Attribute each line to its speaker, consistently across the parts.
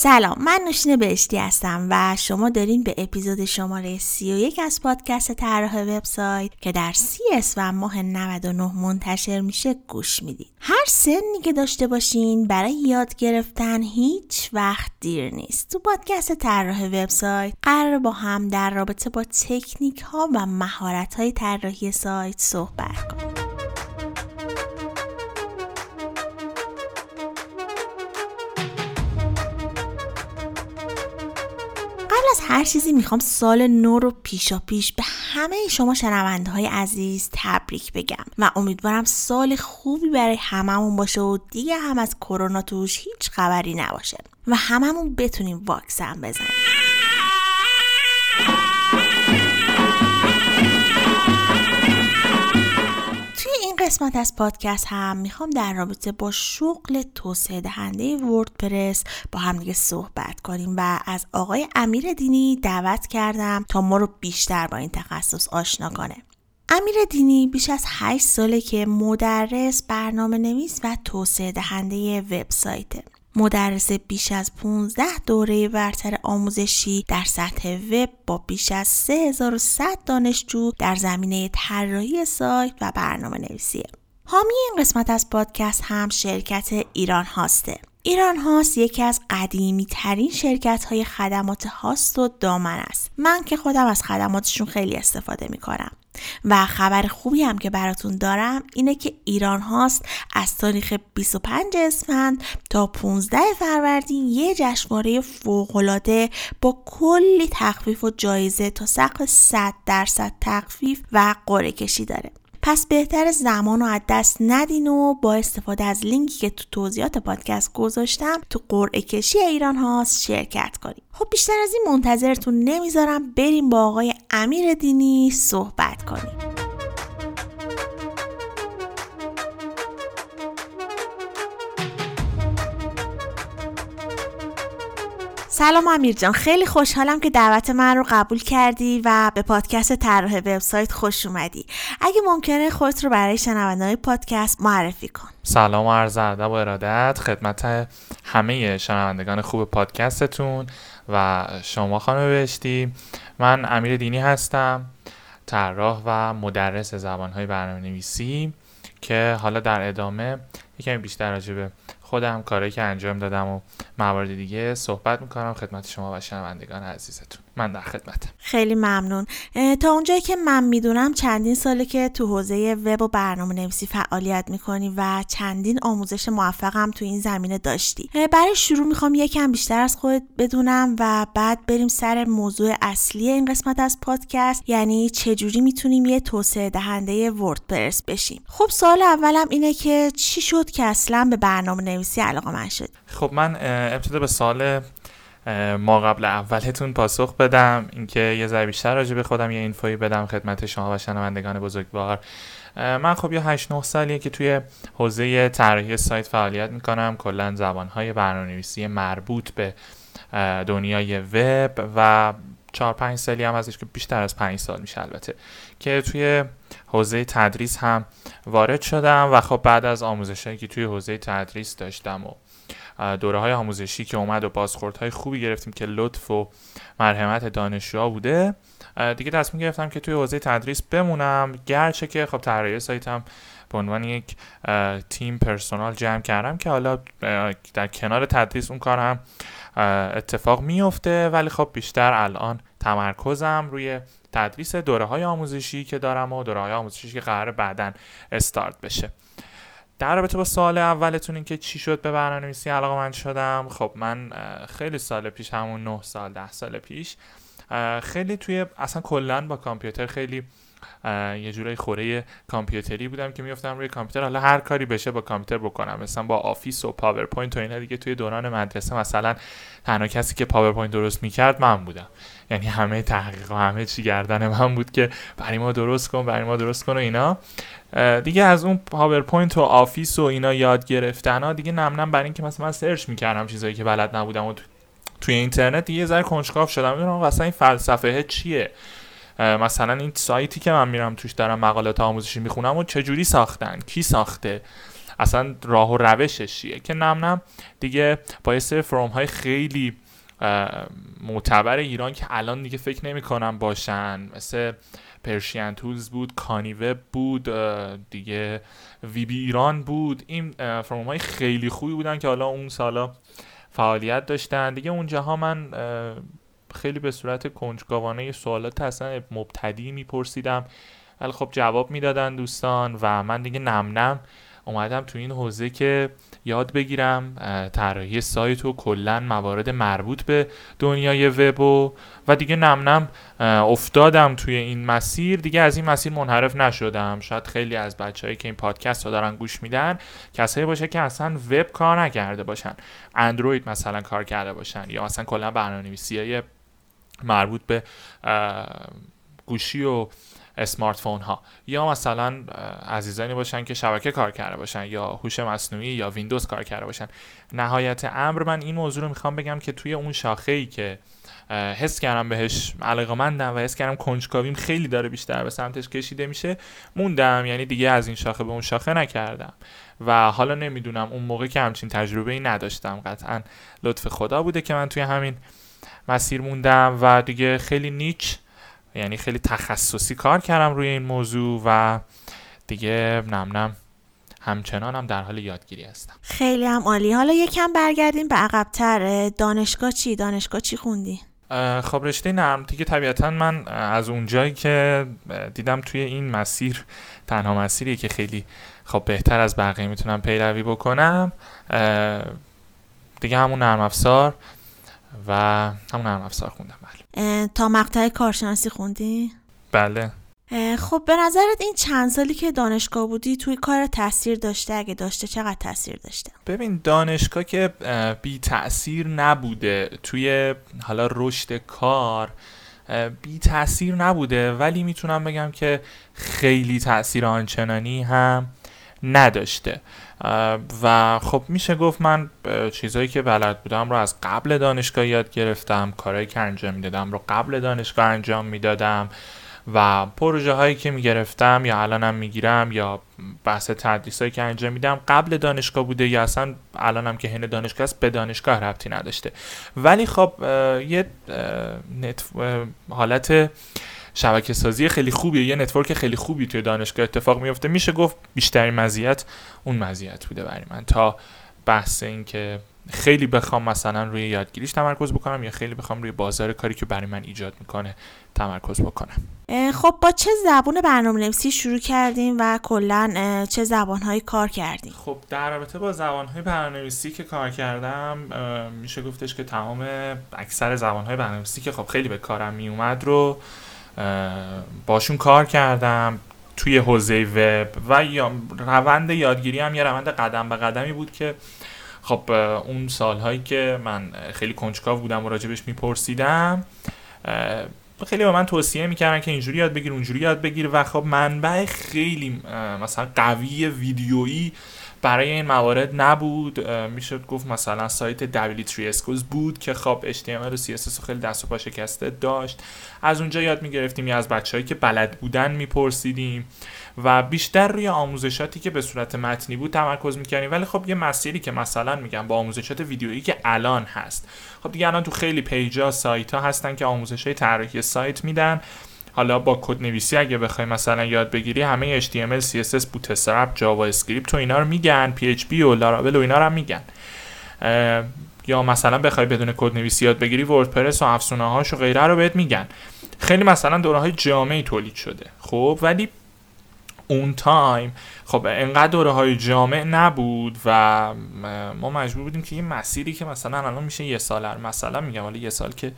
Speaker 1: سلام، من نوشین بهشتی هستم و شما دارین به اپیزود شماره 31 از پادکست طراح وبسایت که در 30 اسفند ماه 99 منتشر میشه گوش میدید. هر سنی که داشته باشین برای یاد گرفتن هیچ وقت دیر نیست. تو پادکست طراح وبسایت قرار با هم در رابطه با تکنیک ها و مهارت های طراحی سایت صحبت کنیم. از هر چیزی میخوام سال نو رو پیشا پیش به همه شما شنونده های عزیز تبریک بگم و امیدوارم سال خوبی برای هممون باشه و دیگه هم از کرونا توش هیچ خبری نباشه و هممون بتونیم واکسن بزنیم. قسمت از پادکست هم میخوام در رابطه با شغل توسعه دهنده وردپرس با هم دیگه صحبت کنیم و از آقای امیر دینی دعوت کردم تا ما رو بیشتر با این تخصص آشنا کنه. امیر دینی بیش از 8 ساله که مدرس، برنامه‌نویس و توسعه دهنده وبسایته. مدرس بیش از 15 دوره برتر آموزشی در سطح وب با بیش از 3100 دانشجو در زمینه طراحی سایت و برنامه‌نویسی. حامی این قسمت از پادکست هم شرکت ایران هاسته. ایران هاست یکی از قدیمی ترین شرکت های خدمات هاست و دامن است. من که خودم از خدماتشون خیلی استفاده می کنم. و خبر خوبی هم که براتون دارم اینه که ایران هاست از تاریخ 25 اسفند تا 15 فروردین یه جشنواره فوق‌العاده با کلی تخفیف و جایزه تا سقف 100% تخفیف و قرعه کشی داره. پس بهتر زمان رو از دست ندین و با استفاده از لینکی که تو توضیحات پادکست گذاشتم تو قرعه کشی ایران هاست شرکت کنید. خب بیشتر از این منتظرتون نمیذارم، بریم با آقای امیر دینی صحبت کنیم. سلام امیر جان، خیلی خوشحالم که دعوت من رو قبول کردی و به پادکست طراح وبسایت خوش اومدی. اگه ممکنه خودت رو برای شنونده‌های پادکست معرفی کن.
Speaker 2: سلام و عرض ادب و ارادت خدمت همه شنوندگان خوب پادکستتون و شما خانم بهشتی. من امیر دینی هستم، طراح و مدرس زبان‌های برنامه‌نویسی که حالا در ادامه یکم بیشتر راجع به خودم، کارهایی که انجام دادم و موارد دیگه صحبت میکنم خدمت شما و شنوندگان عزیزتون. من در خدمتم.
Speaker 1: خیلی ممنون. تا اونجایی که من میدونم چندین ساله که تو حوزه وب و برنامه نویسی فعالیت میکنی و چندین آموزش موفقم تو این زمینه داشتی. برای شروع میخوام یکم بیشتر از خودت بدونم و بعد بریم سر موضوع اصلی این قسمت از پادکست، یعنی چجوری میتونیم یه توسعه دهنده وردپرس بشیم. خب سوال اولم اینه که چی شد که اصلا به برنامه نویسی علاقه‌مند شدی؟
Speaker 2: خب من ابتدا به سوال ما قبل اولتون پاسخ بدم، اینکه یه ذره بیشتر راجع به خودم یه اینفوی بدم خدمت شما و شنوندگان بزرگوار. من خب یه 8-9 سالیه که توی حوزه طراحی سایت فعالیت میکنم، کلا زبانهای برنامه‌نویسی مربوط به دنیای وب و 4-5 سالی هم ازش که بیشتر از 5 سال میشه البته که توی حوزه تدریس هم وارد شدم و خب بعد از آموزشایی که توی حوزه تدریس داشتم و دوره‌های آموزشی که اومد و بازخوردهای خوبی گرفتیم که لطف و مرحمت دانشجوها بوده، دیگه تصمیم گرفتم که توی حوزه تدریس بمونم، گرچه که خب طراحی سایتم به عنوان یک تیم پرسونال جمع کردم که حالا در کنار تدریس اون کار هم اتفاق میفته، ولی خب بیشتر الان تمرکزم روی تدریس دوره‌های آموزشی که دارم و دوره‌های آموزشی که قراره بعداً استارت بشه. در رابطه با سوال اولتون این که چی شد به برنامه‌نویسی علاقه‌مند شدم، خب من خیلی سال پیش، همون 9 سال 10 سال پیش، خیلی توی اصلا کلاً با کامپیوتر خیلی یه جورای خوره کامپیوتری بودم که میافتم روی کامپیوتر، حالا هر کاری بشه با کامپیوتر بکنم، مثلا با آفیس و پاورپوینت و اینا دیگه. توی دوران مدرسه مثلا تنها کسی که پاورپوینت درست میکرد من بودم، یعنی همه تحقیق و همه چی گردن من بود که برای ما درست کن و اینا. دیگه از اون پاورپوینت و آفیس و اینا یاد گرفتن دیگه نم برای این که مثلا من سرچ میکردم چیزایی که بلد نبودم و توی اینترنت دیگه ذره کنجکاو شدم میدونم اصلا این فلسفه چیه، مثلا این سایتی که من میرم توش دارم مقالات آموزشی میخونم و چجوری ساختن، کی ساخته، اصلا راه و روشش چیه، که نم دیگه با یه سری فروم های خیلی معتبر ایران که الان دیگه فکر نمی کنم باشن، مثل پرشین تولز بود، کانی وب بود، دیگه وی بی ایران بود. این فروم های خیلی خوبی بودن که حالا اون سالا فعالیت داشتن دیگه. اونجاها من خیلی به صورت کنجکاوانه سوالات اصلا مبتدی میپرسیدم، ولی خب جواب میدادن دوستان و من دیگه نم اومدم تو این حوزه که یاد بگیرم طراحی سایت و کلا موارد مربوط به دنیای وب و دیگه نم افتادم توی این مسیر. دیگه از این مسیر منحرف نشدم. شاید خیلی از بچه‌هایی که این پادکست رو دارن گوش میدن کسایی باشه که اصلا وب کار نکرده باشن، اندروید مثلا کار کرده باشن، یا مثلا کلا برنامه‌نویسی‌های مربوط به گوشی و اسمارت فون ها، یا مثلا عزیزانی باشن که شبکه کار کرده باشن یا هوش مصنوعی یا ویندوز کار کرده باشن. نهایت امر من این موضوع رو میخوام بگم که توی اون شاخه‌ای که حس کردم بهش علاقه‌مندم و حس کردم کنجکاویم خیلی داره بیشتر به سمتش کشیده میشه، موندم. یعنی دیگه از این شاخه به اون شاخه نکردم و حالا نمیدونم اون موقع که همچین تجربه‌ای نداشتم، قطعاً لطف خدا بوده که من توی همین مسیر موندم و دیگه خیلی نیچ، یعنی خیلی تخصصی کار کردم روی این موضوع و دیگه نم همچنانم در حال یادگیری هستم.
Speaker 1: خیلی هم عالی. حالا یکم برگردیم به عقب‌تر. دانشگاه چی خوندی؟
Speaker 2: خب رشته نرم دیگه طبیعتا من از اونجایی که دیدم توی این مسیر تنها مسیریه که خیلی خب بهتر از بقیه میتونم پیروی بکنم، دیگه همون نرم افزار و همون نرم افزار خوندم. بله.
Speaker 1: تا مقطع کارشناسی خوندی؟
Speaker 2: بله.
Speaker 1: خب به نظرت این چند سالی که دانشگاه بودی توی کار تاثیر داشته؟ اگه داشته چقدر تاثیر داشته؟
Speaker 2: ببین دانشگاه که بی تأثیر نبوده توی حالا رشد کار، بی تأثیر نبوده، ولی میتونم بگم که خیلی تأثیر آنچنانی هم نداشته و خب میشه گفت من چیزایی که بلد بودم رو از قبل دانشگاه یاد گرفتم، کارهایی که انجام میدادم رو قبل دانشگاه انجام میدادم و پروژه هایی که میگرفتم یا الانم میگیرم یا بحث تدریسایی که انجام میدم قبل دانشگاه بوده یا اصلا الانم که حین دانشگاه است به دانشگاه ربطی نداشته. ولی خب یه حالت شبکه سازی خیلی خوبیه، یه نتورک خیلی خوبی توی دانشگاه اتفاق میفته. میشه گفت بیشترین مزیت اون مزیت بوده برای من تا بحث این که خیلی بخوام مثلا روی یادگیریش تمرکز بکنم یا خیلی بخوام روی بازار کاری که برای من ایجاد میکنه تمرکز بکنم.
Speaker 1: خب با چه زبان برنامه‌نویسی شروع کردیم و کلا چه زبان‌هایی کار کردیم؟
Speaker 2: خب در رابطه با زبان‌های برنامه‌نویسی که کار کردم میشه گفتش که اکثر زبان‌های برنامه‌نویسی که خب خیلی به کارم میومد رو باشون کار کردم توی حوزه وب و روند یادگیری هم یه روند قدم به قدمی بود که خب اون سالهایی که من خیلی کنجکاو بودم و راجبش میپرسیدم خیلی به من توصیه میکردن که اینجوری یاد بگیر اونجوری یاد بگیر و خب منبع خیلی مثلا قوی ویدیویی برای این موارد نبود. میشه گفت مثلا سایت W3Schools بود که خب HTML و CSS خیلی دست و پا شکسته داشت، از اونجا یاد میگرفتیم یا از بچه‌هایی که بلد بودن میپرسیدیم و بیشتر روی آموزشاتی که به صورت متنی بود تمرکز میکردیم. ولی خب یه مسیری که مثلا میگم با آموزشات ویدیویی که الان هست، خب دیگه الان تو خیلی پیجا سایت ها هستن که آموزشای طراحی سایت میدن. حالا با کد نویسی اگه بخوای مثلا یاد بگیری همه HTML CSS بوتسترپ جاوا اسکریپت و اینا رو میگن، PHP و لاراول و اینا رو هم میگن. یا مثلا بخوای بدون کد نویسی یاد بگیری وردپرس و افزونه هاش و غیره رو بهت میگن. خیلی مثلا دوره‌های جامعی تولید شده. خب ولی اون تایم خب انقدر دوره‌های جامع نبود و ما مجبور بودیم که یه مسیری که مثلا الان میشه یه سال، مثلا میگم حالا یه سال که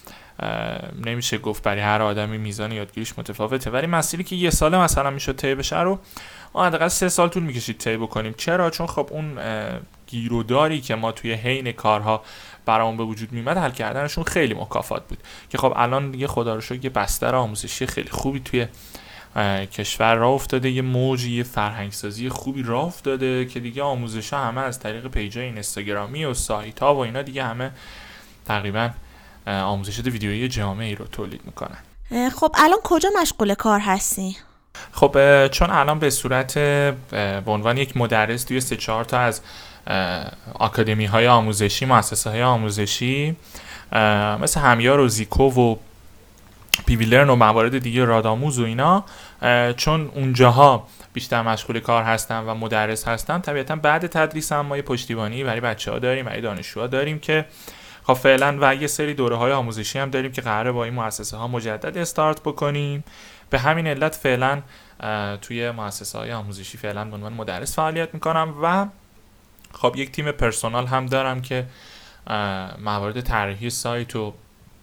Speaker 2: نمیشه گفت برای هر آدمی میزان یادگیریش متفاوته، ولی مسیری که یه ساله مثلا میشد طی بشه رو ما حداقل 3 سال طول میکشید طی بکنیم. چرا؟ چون خب اون گیروداری که ما توی حین کارها برامون به وجود میمد حل کردنشون خیلی مکافات بود که خب الان دیگه خدا رو شکر یه بستر آموزشی خیلی خوبی توی کشور راه افتاده، یه موج یه فرهنگسازی خوبی راه افتاده که دیگه آموزش‌ها همه از طریق پیجای اینستاگرامی و سایت‌ها و اینا دیگه همه تقریبا آموزشات ویدیویی جامعی رو تولید میکنن.
Speaker 1: خب الان کجا مشغول کار هستی؟
Speaker 2: خب چون الان به صورت به عنوان یک مدرس توی 3-4 تا از آکادمی های آموزشی، مؤسسه های آموزشی مثل همیار و زیکو و پیویلرن و موارد دیگه رادآموز و اینا، چون اونجاها بیشتر مشغول کار هستن و مدرس هستن، طبیعتا بعد تدریس هم ما یه پشتیبانی برای بچه‌ها داریم، برای دانشجوها داریم که خب فعلا و یه سری دوره‌های آموزشی هم داریم که قراره با این مؤسسه ها مجدد استارت بکنیم. به همین علت فعلا توی مؤسسه های آموزشی فعلا به عنوان مدرس فعالیت میکنم و خب یک تیم پرسونال هم دارم که موارد طراحی سایت و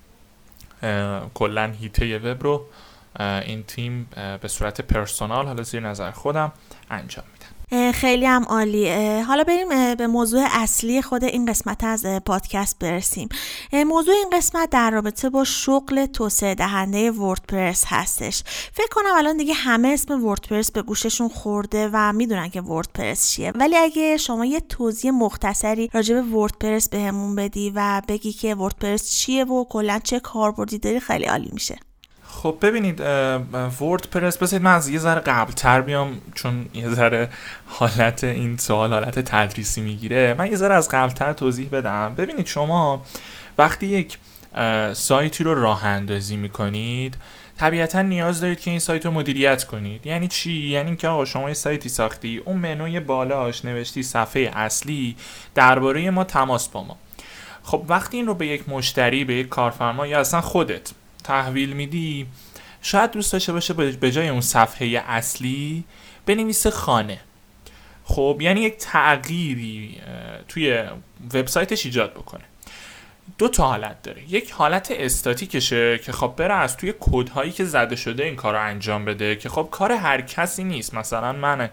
Speaker 2: کلا هیته وب رو این تیم به صورت پرسونال حالا زیر نظر خودم انجام میدم.
Speaker 1: خیلی هم عالی. حالا بریم به موضوع اصلی خود این قسمت از پادکست برسیم. موضوع این قسمت در رابطه با شغل توسعه دهنده وردپرس هستش. فکر کنم الان دیگه همه اسم وردپرس به گوششون خورده و میدونن که وردپرس چیه، ولی اگه شما یه توضیح مختصری راجع به وردپرس بهمون بدی و بگی که وردپرس چیه و کلا چه کاربردی داری، خیلی عالی میشه.
Speaker 2: خب ببینید، وردپرس، بذارید من از یه ذره قبل‌تر بیام چون یه ذره حالت این سوال حالت تدریسی میگیره. من یه ذره از قبل‌تر توضیح بدم. ببینید شما وقتی یک سایتی رو راه اندازی میکنید، طبیعتا نیاز دارید که این سایت رو مدیریت کنید. یعنی چی؟ یعنی که آقا شما یه سایتی ساختی، اون منوی بالاش نوشتی صفحه اصلی درباره ما، تماس با ما. خب وقتی این رو به یک مشتری، به یک کارفرما یا اصلا خودت تحویل میدی، شاید دوست داشته باشه به جای اون صفحه اصلی بنویسه خانه. خب یعنی یک تغییری توی وبسایتش ایجاد بکنه. دو تا حالت داره. یک حالت استاتیکشه که خب بره از توی کدهایی که زده شده این کار رو انجام بده، که خب کار هر کسی نیست. مثلا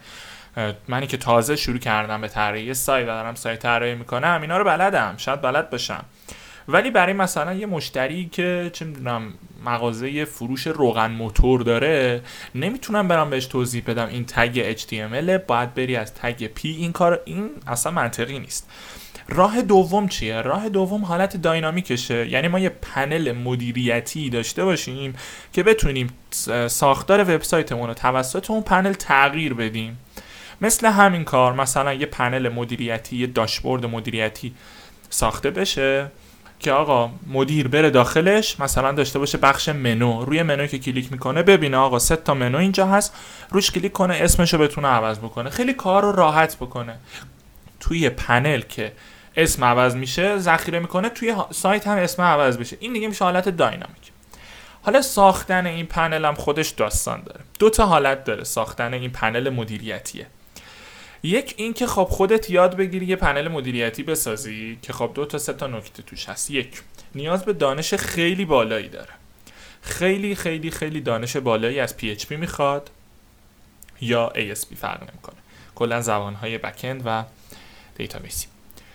Speaker 2: منی که تازه شروع کردم به طراحی سایت و دارم سایت طراحی میکنم، اینا رو بلدم، شاید بلد باشم، ولی برای مثلا یه مشتری که چه میدونم مغازه فروش روغن موتور داره، نمیتونم برام بهش توضیح بدم این تگ HTML باید بری از تگ P. این اصلا منطقی نیست. راه دوم چیه؟ راه دوم حالت داینامیکشه. یعنی ما یه پنل مدیریتی داشته باشیم که بتونیم ساختار وبسایتمون رو توسط اون پنل تغییر بدیم. مثل همین کار مثلا یه پنل مدیریتی، یه داشبورد مدیریتی ساخته بشه که آقا مدیر بره داخلش، مثلا داشته باشه بخش منو، روی منو که کلیک میکنه ببینه آقا 3 تا منو اینجا هست، روش کلیک کنه اسمشو بتونه عوض بکنه، خیلی کار رو راحت بکنه. توی پنل که اسم عوض میشه ذخیره میکنه، توی سایت هم اسم عوض بشه. این دیگه میشه حالت داینامیک. حالا ساختن این پنل هم خودش داستان داره. 2 تا حالت داره ساختن این پنل مدیریتیه. یک این که خب خودت یاد بگیری یه پنل مدیریتی بسازی که خب 2 تا 3 تا نکته توش هست. یک، نیاز به دانش خیلی بالایی داره. خیلی خیلی خیلی دانش بالایی از PHP میخواد یا ASP، فرق نمیکنه. کلا زبانهای بک‌اند و دیتابیسی.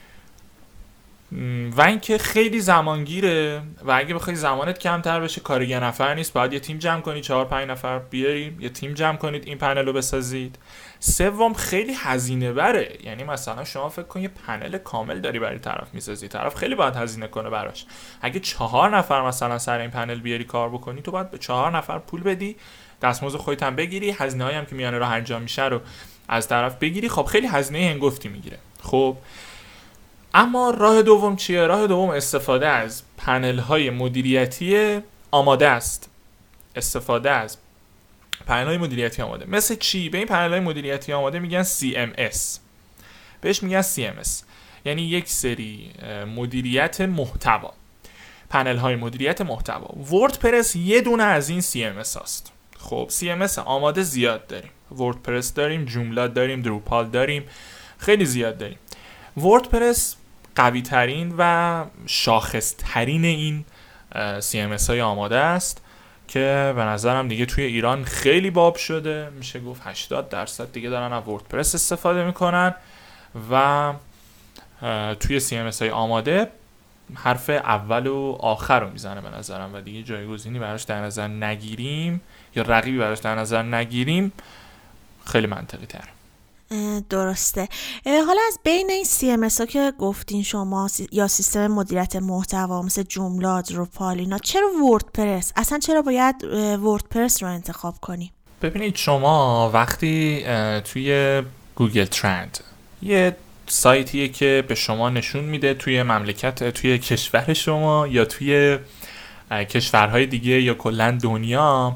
Speaker 2: و اینکه خیلی زمانگیره و اگه بخوای زمانت کمتر بشه، کار یه نفر نیست، باید یه تیم جمع کنی، 4-5 نفر بیاری یه تیم جمع کنید این پنل رو بسازید. سوم خیلی هزینه بره. یعنی مثلا شما فکر کن یه پنل کامل داری برای طرف میسازی، طرف خیلی باید هزینه کنه براش. اگه 4 نفر مثلا سر این پنل بیاری کار بکنی، تو باید به 4 نفر پول بدی، دستمزد خودت هم بگیری، هزینه‌ای هم که میانه راه انجام میشه رو از طرف بگیری. خب خیلی هزینه هنگفتی میگیره. خب اما راه دوم چیه؟ راه دوم استفاده از پنل‌های مدیریتی آماده است. استفاده از پنل‌های مدیریتی آماده. مثل چی؟ به این پنل‌های مدیریتی آماده میگن CMS. بهش میگن CMS. یعنی یک سری مدیریت محتوا. پنل‌های مدیریت محتوا. وردپرس یه دونه از این CMS هست. خب CMS آماده زیاد داریم. وردپرس داریم، جوملا داریم، دروپال داریم، خیلی زیاد داریم. وردپرس قوی ترین و شاخص ترین این CMS های آماده است که به نظرم دیگه توی ایران خیلی باب شده. میشه گفت 80% دیگه دارن از وردپرس استفاده میکنن و توی CMS های آماده حرف اول و آخر رو میزنه به نظرم و دیگه جایگزینی براش در نظر نگیریم یا رقیبی براش در نظر نگیریم خیلی منطقی تر.
Speaker 1: درسته. حالا از بین این CMS ها که گفتین شما یا سیستم مدیریت محتوا مثل جوملا، دروپال، اینا، چرا وردپرس؟ اصلا چرا باید وردپرس رو انتخاب کنیم؟
Speaker 2: ببینید شما وقتی توی گوگل ترند یه سایتیه که به شما نشون میده توی مملکت، توی کشور شما یا توی کشورهای دیگه یا کلا دنیا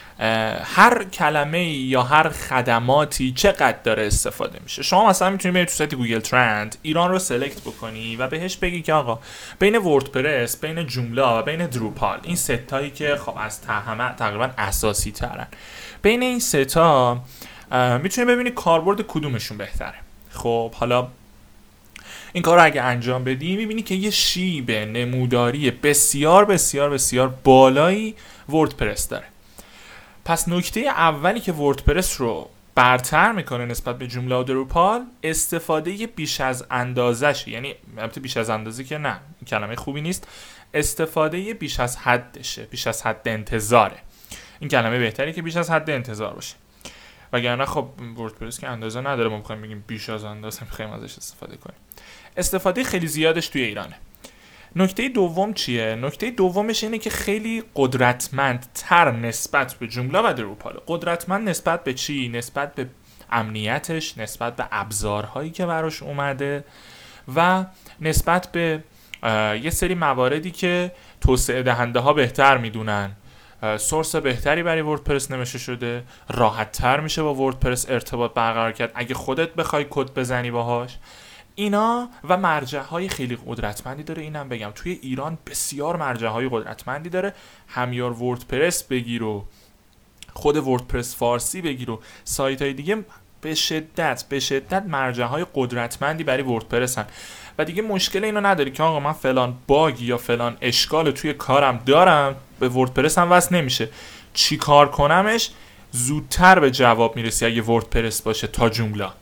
Speaker 2: هر کلمه یا هر خدماتی چقدر داره استفاده میشه. شما مثلا میتونی برید تو سایت گوگل ترند ایران رو سلکت بکنی و بهش بگی که آقا بین وردپرس، بین جوملا و بین دروپال، این ستایی که خب از همه تقریبا اساسی ترن، بین این ستا میتونی ببینی کاربرد کدومشون بهتره. خب حالا این کار رو اگه انجام بدی میبینی که یه شیب نموداری بسیار بسیار بسیار بالایی وردپرس داره. پس نکته اولی که وردپرس رو برتر میکنه نسبت به جوملا و دروپال استفاده بیش از اندازش، یعنی البته بیش از اندازه که نه، این کلمه خوبی نیست، استفاده بیش از حدشه، بیش از حد انتظاره. این کلمه بهتره که بیش از حد انتظار باشه، وگرنه خب وردپرس که اندازه نداره، ما میخوایم بگیم بیش از اندازه میخوایم ازش استفاده کنیم. استفاده خیلی زیادش توی ایرانه. نکته دوم چیه؟ نکته دومش اینه که خیلی قدرتمندتر نسبت به جوملا و دروپال. قدرتمند نسبت به چی؟ نسبت به امنیتش، نسبت به ابزارهایی که براش اومده و نسبت به یه سری مواردی که توسعه دهنده ها بهتر میدونن. سورس بهتری برای وردپرس نوشته شده، راحت تر میشه با وردپرس ارتباط برقرار کرد اگه خودت بخوای کد بزنی باهاش. اینا و مرجع‌های خیلی قدرتمندی داره. اینم بگم توی ایران بسیار مرجع‌های قدرتمندی داره. همیار وردپرس بگیر و خود وردپرس فارسی بگیر و سایت‌های دیگه به شدت مرجع‌های قدرتمندی برای وردپرس هن و دیگه مشکل اینو نداری که آقا من فلان باگ یا فلان اشکال توی کارم دارم، به وردپرس هم وصل نمیشه، چی کار کنمش، زودتر به جواب میرسی اگه وردپرس باشه تا جوملا.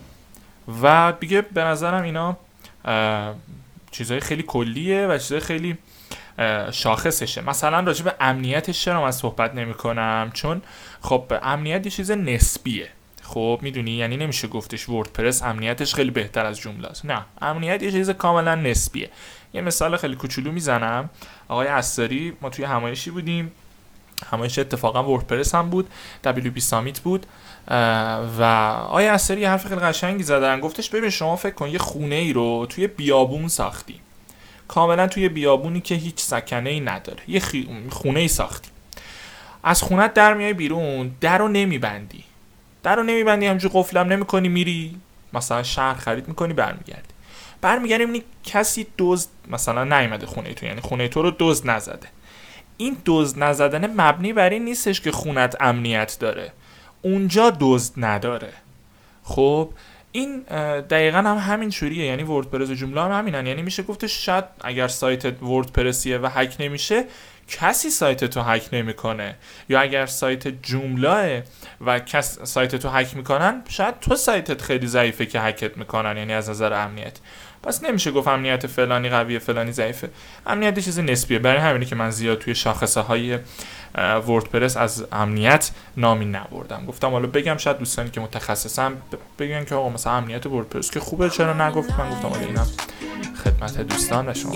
Speaker 2: و دیگه به نظرم اینا چیزهای خیلی کلیه و چیزهای خیلی شاخصشه. مثلا راجع به امنیتش چرا من صحبت نمی کنم؟ چون خب امنیت یه چیز نسبیه. خب میدونی، یعنی نمیشه گفتش وردپرس امنیتش خیلی بهتر از جوملا است. نه، امنیت یه چیز کاملا نسبیه. یه مثال خیلی کوچولو میزنم. آقای عصاری، ما توی همایشی بودیم، همایش اتفاقا وردپرس هم بود، WP سامیت بود و آقای عصاری یه حرف خیلی قشنگی زدن. گفتش ببین شما فکر کن یه خونه ای رو توی بیابون ساختی، کاملا توی بیابونی که هیچ سکنه ای نداره، یه خونه ای ساختی. از خونت در میای بیرون، در رو نمیبندی، همینجوری قفلم نمیکنی، میری مثلا شهر خرید میکنی، برمیگردی میبینی کسی دزد مثلا نیومده خونه تو، یعنی خونه تو رو دزد نزده. این دزد نزدن مبنی بر این نیستش که خونت امنیت داره، اونجا دزد نداره. خب این دقیقاً هم همین جوریه، یعنی وردپرس و جوملا هم همینن. یعنی میشه گفتش شاید اگر سایت وردپرسیه و هک نمیشه، کسی سایت تو هک نمیکنه، یا اگر سایت جوملاه و کس سایت تو هک میکنن، شاید تو سایتت خیلی ضعیفه که هکت میکنن، یعنی از نظر امنیت. پس نمیشه گفت امنیت فلانی قویه فلانی ضعیفه. امنیت چیز نسبیه. برای همینه که من زیاد توی شاخصه های وردپرس از امنیت نامی نبردم. گفتم حالا بگم شاید دوستانی که متخصصن بگن که آقا مثلا امنیت وردپرس که خوبه، چرا نگفت؟ من گفتم حالا اینم خدمت دوستان و شما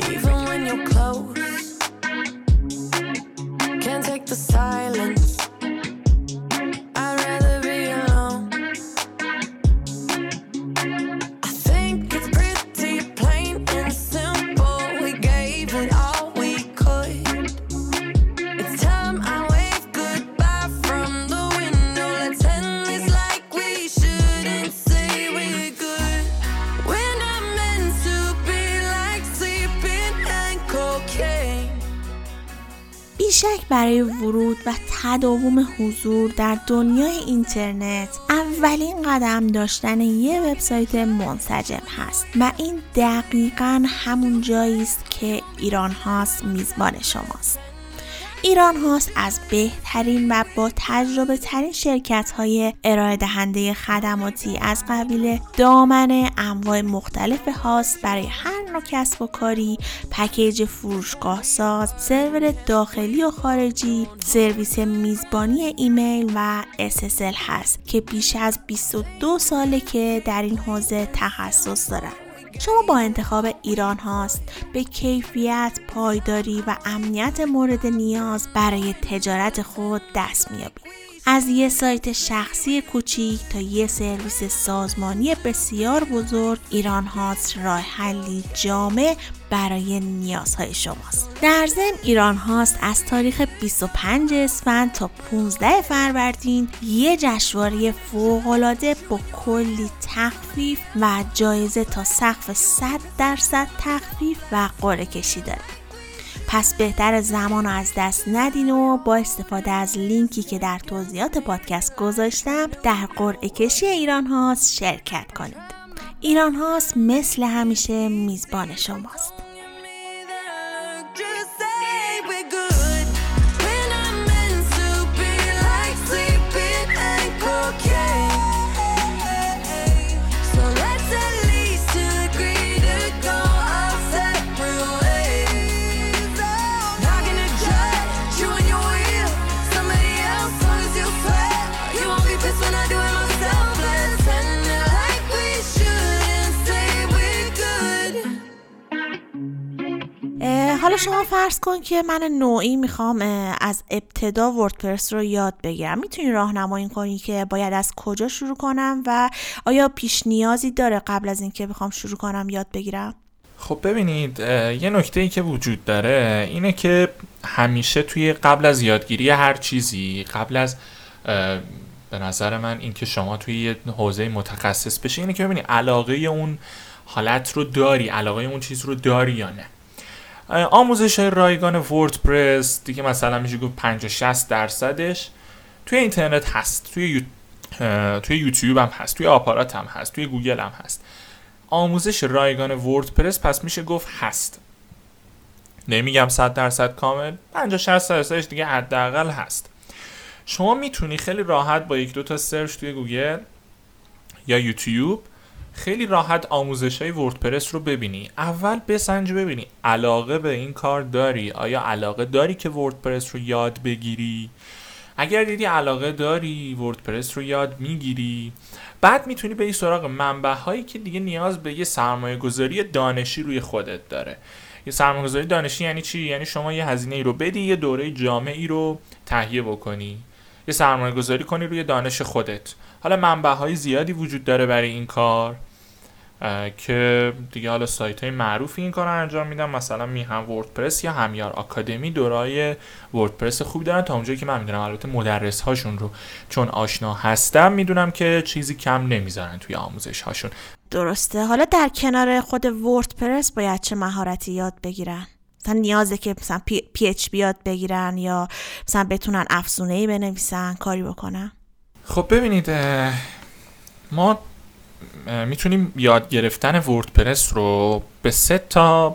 Speaker 1: بیشک برای ورود و تداوم حضور در دنیای اینترنت اولین قدم داشتن یه وبسایت منسجم هست و این دقیقاً همون جایی است که ایران هاست میزبان شماست. ایران هاست از بهترین و با تجربه ترین شرکت های ارائه دهنده خدماتی از قبیل دامن انواع مختلف هاست برای هر نوع کسب و کاری، پکیج فروشگاه ساز، سرور داخلی و خارجی، سرویس میزبانی ایمیل و SSL هست که بیش از 22 ساله که در این حوزه تخصص دارن. شما با انتخاب ایران هاست به کیفیت، پایداری و امنیت مورد نیاز برای تجارت خود دست میابید. از یه سایت شخصی کوچیک تا یه سرویس سازمانی بسیار بزرگ، ایران هاست راه حلی جامع برای نیازهای شماست. در ضمن ایران هاست از تاریخ 25 اسفند تا 15 فروردین یه جشنواره فوق‌العاده با کلی تخفیف و جایزه تا سقف 100% تخفیف و قرعه کشی داره. پس بهتر زمان رو از دست ندین و با استفاده از لینکی که در توضیحات پادکست گذاشتم در قرعه کشی ایران هاست شرکت کنید. ایران هاست مثل همیشه میزبان شماست. حالا شما فرض کن که من نوعی میخوام از ابتدا وردپرس رو یاد بگیرم. میتونی راهنمایی کنی که باید از کجا شروع کنم و آیا پیش نیازی داره قبل از اینکه بخوام شروع کنم یاد بگیرم؟
Speaker 2: خب ببینید، یه نکته‌ای که وجود داره اینه که همیشه توی قبل از یادگیری هر چیزی، قبل از به نظر من این که شما توی یه حوزه متخصص بشی، اینه که ببینی علاقه اون حالت رو داری، علاقه اون چیز رو داری یا نه. آموزش‌های رایگان وردپرس دیگه مثلا میشه گفت 50-60% توی اینترنت هست، توی یوتیوب هم هست، توی آپارات هم هست، توی گوگل هم هست. آموزش رایگان وردپرس پس میشه گفت هست. نمیگم 100% کامل، 50-60% دیگه حداقل هست. شما میتونی خیلی راحت با 1-2 تا سرچ توی گوگل یا یوتیوب خیلی راحت آموزش‌های وردپرس رو ببینی. اول بسنج ببینی علاقه به این کار داری، آیا علاقه داری که وردپرس رو یاد بگیری؟ اگر دیدی علاقه داری، وردپرس رو یاد میگیری، بعد میتونی بری سراغ منبع‌هایی که دیگه نیاز به یه سرمایه‌گذاری دانشی روی خودت داره. یه سرمایه‌گذاری دانشی یعنی چی؟ یعنی شما یه هزینه‌ای رو بدی، یه دوره جامعی رو تهیه بکنی، یه سرمایه‌گذاری کنی روی دانش خودت. حالا منبع‌های زیادی وجود داره برای این کار که دیگه حالا سایت‌های معروفی این کار رو انجام میدن، مثلا میهم وردپرس یا همیار آکادمی دورای وردپرس خوب دارن. تا اونجایی که من میدونم، البته مدرس هاشون رو چون آشنا هستم میدونم که چیزی کم نمیذارن توی آموزش هاشون.
Speaker 1: درسته. حالا در کنار خود وردپرس باید چه مهارتی یاد بگیرن؟ مثلا نیازه که مثلا PHP یاد بگیرن یا مثلا بتونن افزونه‌ای بنویسن، کاری بکنن؟
Speaker 2: خب ببینید، ما میتونیم یاد گرفتن وردپرس رو به 3 تا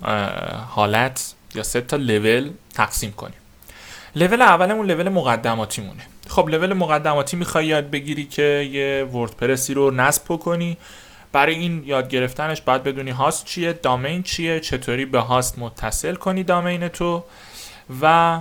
Speaker 2: حالت یا 3 تا لول تقسیم کنیم. لول اولمون لول مقدماتی مونه. خب لول مقدماتی میخوای یاد بگیری که یه وردپرسی رو نصب کنی. برای این یاد گرفتنش باید بدونی هاست چیه، دامین چیه، چطوری به هاست متصل کنی دامین تو، و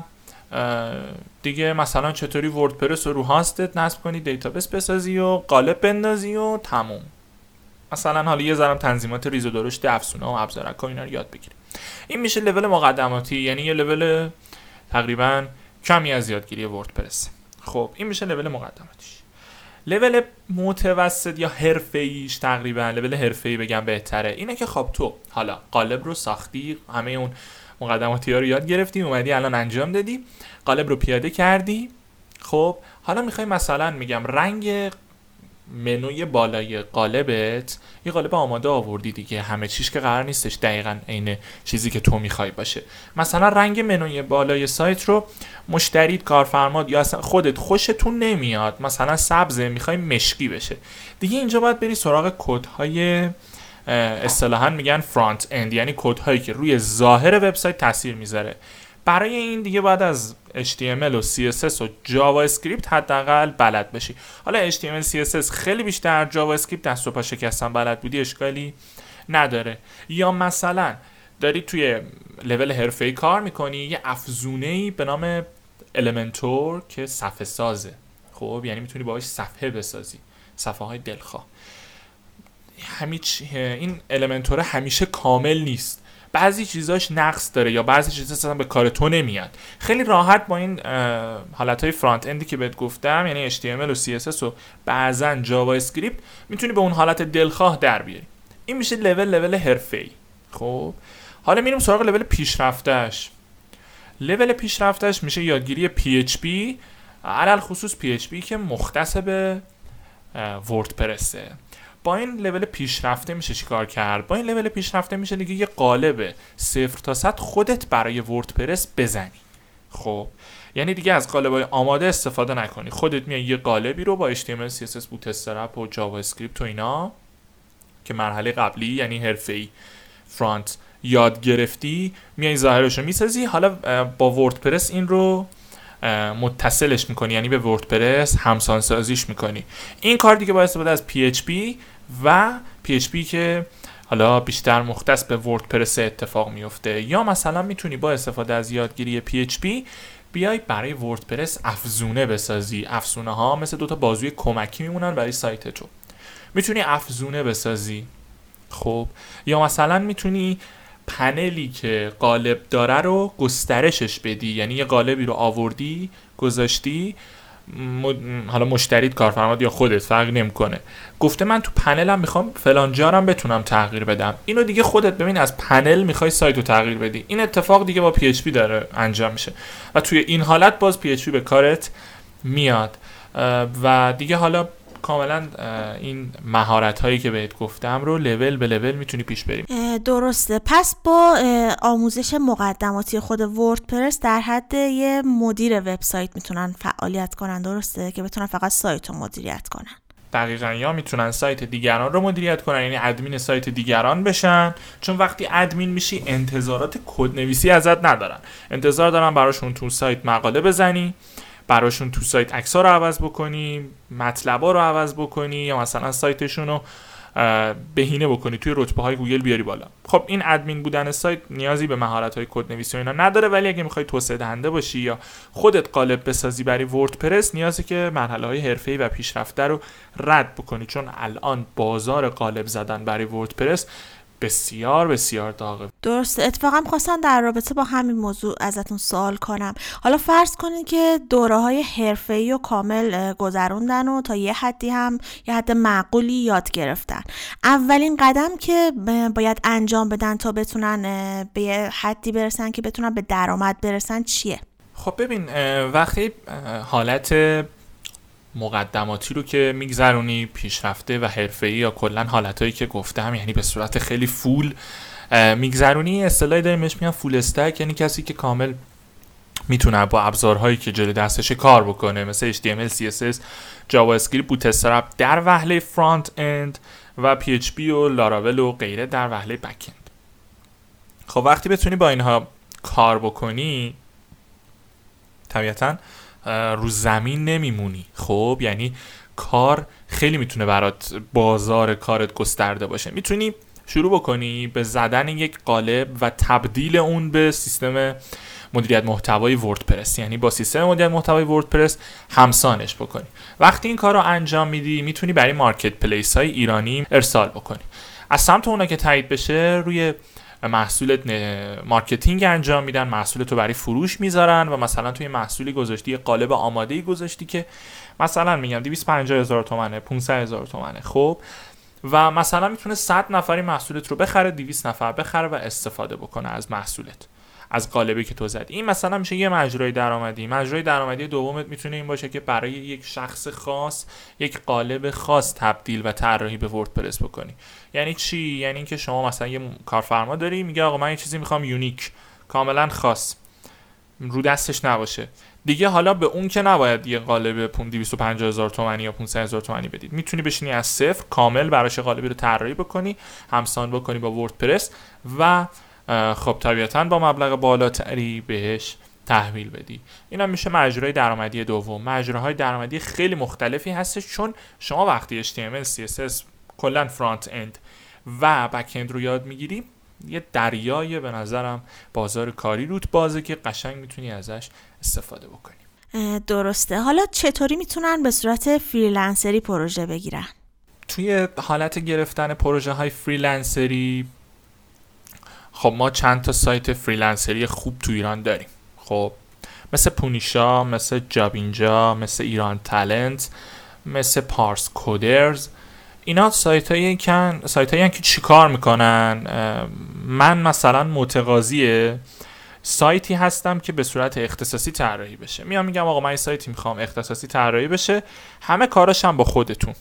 Speaker 2: دیگه مثلا چطوری وردپرس رو هاستت نصب کنی، دیتابیس بسازی و قالب بندازی و تموم. مثلا حالا یه ذره تنظیمات ریز و درشت افزونه و ابزارک و اینا رو یاد بگیری. این میشه لول مقدماتی، یعنی یه لول تقریبا کمی از یادگیری وردپرس. خب این میشه لول مقدماتیش. لول متوسط یا حرفه‌ایش، تقریبا لول حرفه‌ای بگم بهتره، اینه که خب تو حالا قالب رو ساختی، همه اون مقدماتی ها رو یاد گرفتی، اومدی الان انجام دادی، قالب رو پیاده کردی. خب حالا میخوای مثلا میگم رنگ منوی بالای قالبت، یه قالب آماده آوردی دیگه، همه چیش که قرار نیستش دقیقاً عین چیزی که تو میخوای باشه. مثلا رنگ منوی بالای سایت رو مشتریت، کارفرمات یا اصلا خودت خوشتون نمیاد، مثلا سبزه، میخوای مشکی بشه، دیگه اینجا باید بری سراغ کدهای اصطلاحاً میگن فرانت اند، یعنی کدهایی که روی ظاهر وبسایت تاثیر میذاره. برای این دیگه باید از HTML و CSS و جاوا اسکریپت حداقل بلد بشی. حالا HTML CSS خیلی بیشتر، جاوا اسکریپت دست و پا شکستن بلد بودی اشکالی نداره. یا مثلا داری توی لول حرفه‌ای کار میکنی، یه افزونه‌ای به نام المنتور که صفحه سازه. خب یعنی میتونی باهاش صفحه بسازی، صفحه های دلخواه. این المنتور همیشه کامل نیست، بعضی چیزاش نقص داره یا بعضی چیزا اصلا به کار تو نمیاد. خیلی راحت با این حالتهای فرانت اندی که بهت گفتم، یعنی HTML و CSS و بعضا جاوا اسکریپت، میتونی به اون حالت دلخواه در بیاری. این میشه لول حرفه‌ای. خب حالا میریم سراغ لول پیشرفته‌اش. لول پیشرفته‌اش میشه یادگیری PHP، علل خصوص PHP که مختص به وردپرسه. با این لول پیشرفته میشه چیکار کرد؟ با این لول پیشرفته میشه دیگه یه قالب 0 تا 100 خودت برای وردپرس بزنی. خب یعنی دیگه از قالب‌های آماده استفاده نکنی، خودت میای یه قالبی رو با HTML CSS بوتسترپ و جاوا اسکریپت و اینا که مرحله قبلی یعنی حرفه‌ای فرانت یاد گرفتی، میای ظاهرش رو میسازی. حالا با وردپرس این رو متصلش میکنی، یعنی به وردپرس همسان سازیش میکنی. این کار دیگه با استفاده از PHP و PHP که حالا بیشتر مختص به وردپرس اتفاق میفته. یا مثلا میتونی با استفاده از یادگیری PHP بیای برای وردپرس افزونه بسازی. افزونه ها مثل دوتا بازوی کمکی میمونن برای سایت تو، میتونی افزونه بسازی. خب یا مثلا میتونی پنلی که قالب داره رو گسترشش بدی، یعنی یه قالبی رو آوردی گذاشتی، حالا مشتریت، کارفرماد یا خودت فرق نمیکنه، گفته من تو پنلم میخوام فلان جارم بتونم تغییر بدم. اینو دیگه خودت ببین از پنل میخوای سایتو تغییر بدی. این اتفاق دیگه با PHP داره انجام میشه و توی این حالت باز PHP به کارت میاد و دیگه حالا کاملا این مهارت هایی که بهت گفتم رو لول به لول میتونی پیش بریم.
Speaker 1: درسته. پس با آموزش مقدماتی خود وردپرس در حد یه مدیر وبسایت میتونن فعالیت کنن، درسته؟ که بتونن فقط سایت رو مدیریت کنن.
Speaker 2: دقیقاً. یا میتونن سایت دیگران رو مدیریت کنن، یعنی ادمین سایت دیگران بشن، چون وقتی ادمین میشی انتظارات کدنویسی ازت ندارن، انتظار دارن براشون تو سایت مقاله بزنی، براشون تو سایت عکس‌ها رو عوض بکنی، مطلبا رو عوض بکنی، یا مثلا سایتشون رو بهینه بکنی، توی رتبه‌های گوگل بیاری بالا. خب این ادمین بودن سایت نیازی به مهارت‌های کدنویسی و اینا نداره، ولی اگه می‌خوای توسعه دهنده باشی یا خودت قالب بسازی برای وردپرس، نیازه که مرحله‌های حرفه‌ای و پیشرفته رو رد بکنی، چون الان بازار قالب زدن برای وردپرس بسیار بسیار داغه.
Speaker 1: درسته. اتفاقا خواستم در رابطه با همین موضوع ازتون سوال کنم. حالا فرض کنید که دوره‌های حرفه‌ای و کامل گذروندن و تا یه حدی هم یه حد معقولی یاد گرفتن. اولین قدم که باید انجام بدن تا بتونن به یه حدی برسن که بتونن به درآمد برسن چیه؟
Speaker 2: خب ببین، وقتی حالت مقدماتی رو که میگذرونی، پیشرفته و حرفه‌ای یا کلا حالتایی که گفتم، یعنی به صورت خیلی فول میگذرونی، اصطلاحی داریم بهش میگن فول استک، یعنی کسی که کامل میتونه با ابزارهایی که جلوی دستش کار بکنه، مثل HTML CSS جاوا اسکریپت بوتسترپ در وهله فرانت اند و PHP و لاراول و غیره در وهله بک اند. خب وقتی بتونی با اینها کار بکنی، طبیعتاً رو زمین نمیمونی. خب یعنی کار خیلی میتونه برات بازار کارت گسترده باشه. میتونی شروع بکنی به زدن یک قالب و تبدیل اون به سیستم مدیریت محتوای وردپرس، یعنی با سیستم مدیریت محتوای وردپرس همسانش بکنی. وقتی این کار رو انجام میدی، میتونی برای مارکت پلیس های ایرانی ارسال بکنی. از سمت اونا که تایید بشه، روی محصولت مارکتینگ انجام میدن، محصولتو برای فروش میذارن و مثلا توی محصولی گذاشتی، قالب آماده‌ای گذاشتی که مثلا میگم 250,000 تومانه، 500,000 تومانه. خب و مثلا میتونه 100 نفری محصولت رو بخره، 200 نفر بخره و استفاده بکنه از محصولت، از قالبی که تو زدی. این مثلا میشه یه مجرای درآمدی. مجرای درآمدی دومت میتونه این باشه که برای یک شخص خاص یک قالب خاص تبدیل و طراحی به وردپرس بکنی. یعنی چی؟ یعنی اینکه شما مثلا یه کارفرما داری، میگه آقا من یه چیزی میخوام یونیک، کاملا خاص، رو دستش نباشه دیگه. حالا به اون که نباید یه قالب 250,000 تومانی یا 500,000 تومانی بدید، میتونی بشینی از صفر کامل براش قالبی رو طراحی بکنی، همسان بکنی با وردپرس و خب طبیعتاً با مبلغ بالاتری بهش تحویل بدی. این هم میشه مجرای درآمدی دوم. مجراهای درآمدی خیلی مختلفی هستش، چون شما وقتی HTML CSS کلا فرانت اند و بک اند رو یاد میگیری، یه دریای به نظرم بازار کاری روت بازه که قشنگ میتونی ازش استفاده بکنی.
Speaker 1: درسته. حالا چطوری میتونن به صورت فریلنسری پروژه بگیرن؟
Speaker 2: توی حالت گرفتن پروژه های فریلنسری، خب ما چند تا سایت فریلنسری خوب تو ایران داریم. خب مثل پونیشا، مثل جاب اینجا، مثل ایران تالنت، مثل پارس کودرز. اینا سایتایی که چی کار میکنن؟ من مثلا متقاضی سایتی هستم که به صورت اختصاصی طراحی بشه. میگم آقا من این سایتی میخوام اختصاصی طراحی بشه، همه کاراش هم با خودتون.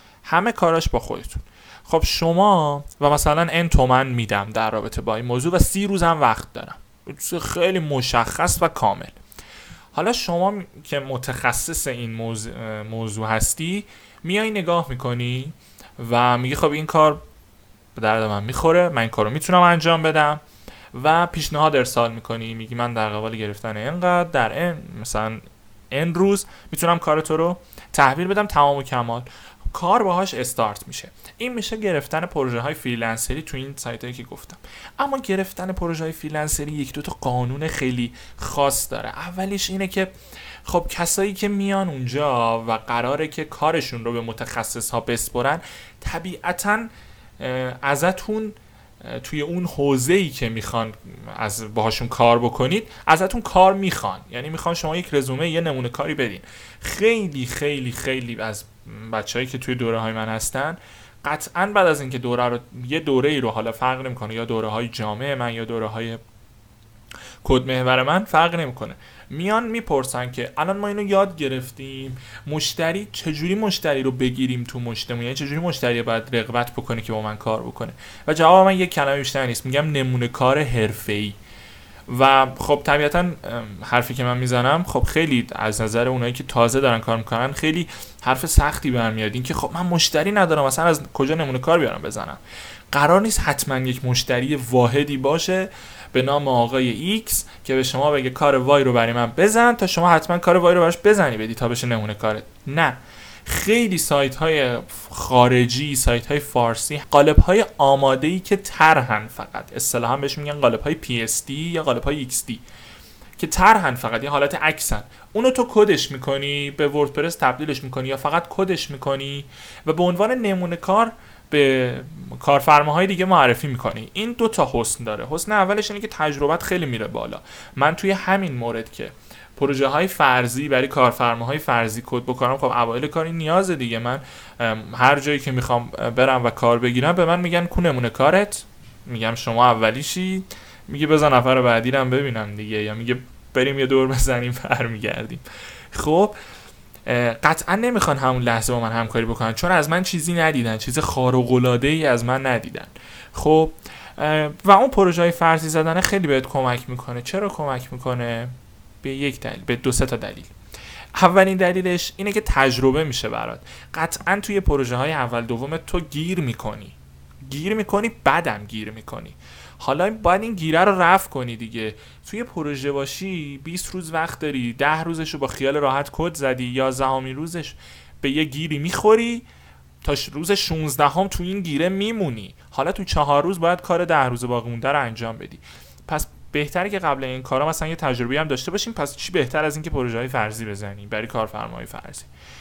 Speaker 2: خب شما و مثلا این تومن میدم در رابطه با این موضوع و 30 روز هم وقت دارم، خیلی مشخص و کامل. حالا شما که متخصص این موضوع هستی، میای نگاه میکنی و میگی خب این کار به درد من میخوره، من این کارو میتونم انجام بدم و پیشنهاد ارسال میکنی. میگی من در قبال گرفتن اینقدر در مثلا این روز میتونم کار تو رو تحویل بدم، تمام و کمال کار باهاش استارت میشه. این میشه گرفتن پروژه های فریلنسری تو این سایت هایی که گفتم. اما گرفتن پروژه های فریلنسری یک دو تا قانون خیلی خاص داره. اولیش اینه که خب کسایی که میان اونجا و قراره که کارشون رو به متخصص ها بسپرن، طبیعتاً ازتون توی اون حوزه‌ای که میخوان از باهاشون کار بکنید ازتون کار میخوان. یعنی میخوان شما یک رزومه، یه نمونه کاری بدین. خیلی خیلی خیلی از بچه‌هایی که توی دوره های من هستن، قطعاً بعد از اینکه یه دوره ای رو، حالا فرق نمیکنه یا دوره های جامعه من یا دوره های کد محور من، فرق نمیکنه، میان میپرسن که الان ما اینو یاد گرفتیم، مشتری چجوری مشتری رو بگیریم تو مشتمون، یعنی چجوری مشتری باید رغبت بکنه که با من کار بکنه. و جواب من یک کلمه بیشتر نیست، میگم نمونه کار حرفه‌ای. و خب طبیعتا حرفی که من میزنم خب خیلی از نظر اونایی که تازه دارن کار میکنن خیلی حرف سختی برمیاد. این که خب من مشتری ندارم، مثلا از کجا نمونه کار بیارم بزنم؟ قرار نیست حتما یک مشتری واحدی باشه به نام آقای ایکس که به شما بگه کار وای رو برای من بزن تا شما حتما کار وای رو براش بزنی بدی تا بشه نمونه کارت. نه، خیلی سایت های خارجی، سایت های فارسی، قالب های آماده ای که طرحن، فقط اصطلاحا بهش میگن قالب های PSD یا قالب های XD که طرحن، فقط یه حالت عکسن. اونو تو کدش میکنی، به وردپرس تبدیلش میکنی یا فقط کدش میکنی و به عنوان نمونه کار به کارفرماهای دیگه معرفی میکنی. این دو تا حسن داره. حسن اولش اینه که تجربت خیلی میره بالا. من توی همین مورد که پروژه های فرضی برای کارفرماهای فرضی کد بکنم، خب اوایل کاری نیازه دیگه. من هر جایی که میخوام برم و کار بگیرم به من میگن کو نمونه کارت، میگم شما اولیشی، میگه بزن نفر بعدی رو ببینم دیگه، یا میگه بریم یه دور بزنیم برمیگردیم. خب قطعا نمیخوان همون لحظه با من همکاری بکنن، چون از من چیزی ندیدن، چیز خارق العاده ای از من ندیدن. خب و اون پروژه های فرضی زدن خیلی بهت کمک میکنه. چرا کمک میکنه؟ به یک دلیل، به دو سه تا دلیل. اولین دلیلش اینه که تجربه میشه برات. قطعا توی پروژه های اول دوم تو گیر میکنی بعدم گیر میکنی. حالا باید این گیره رو رفع کنی دیگه. توی پروژه باشی 20 روز وقت داری، 10 روزشو با خیال راحت کد زدی، 11 روزش به یه گیری میخوری، تا روز 16 هم تو این گیره میمونی. حالا تو 4 روز باید کار 10 روز باقی مونده رو انجام بدی. پس بهتره که قبل این کارا مثلا یه تجربی هم داشته باشیم. پس چی بهتر از این که پروژه های فرضی بزنیم برای کارفرمای فرضی.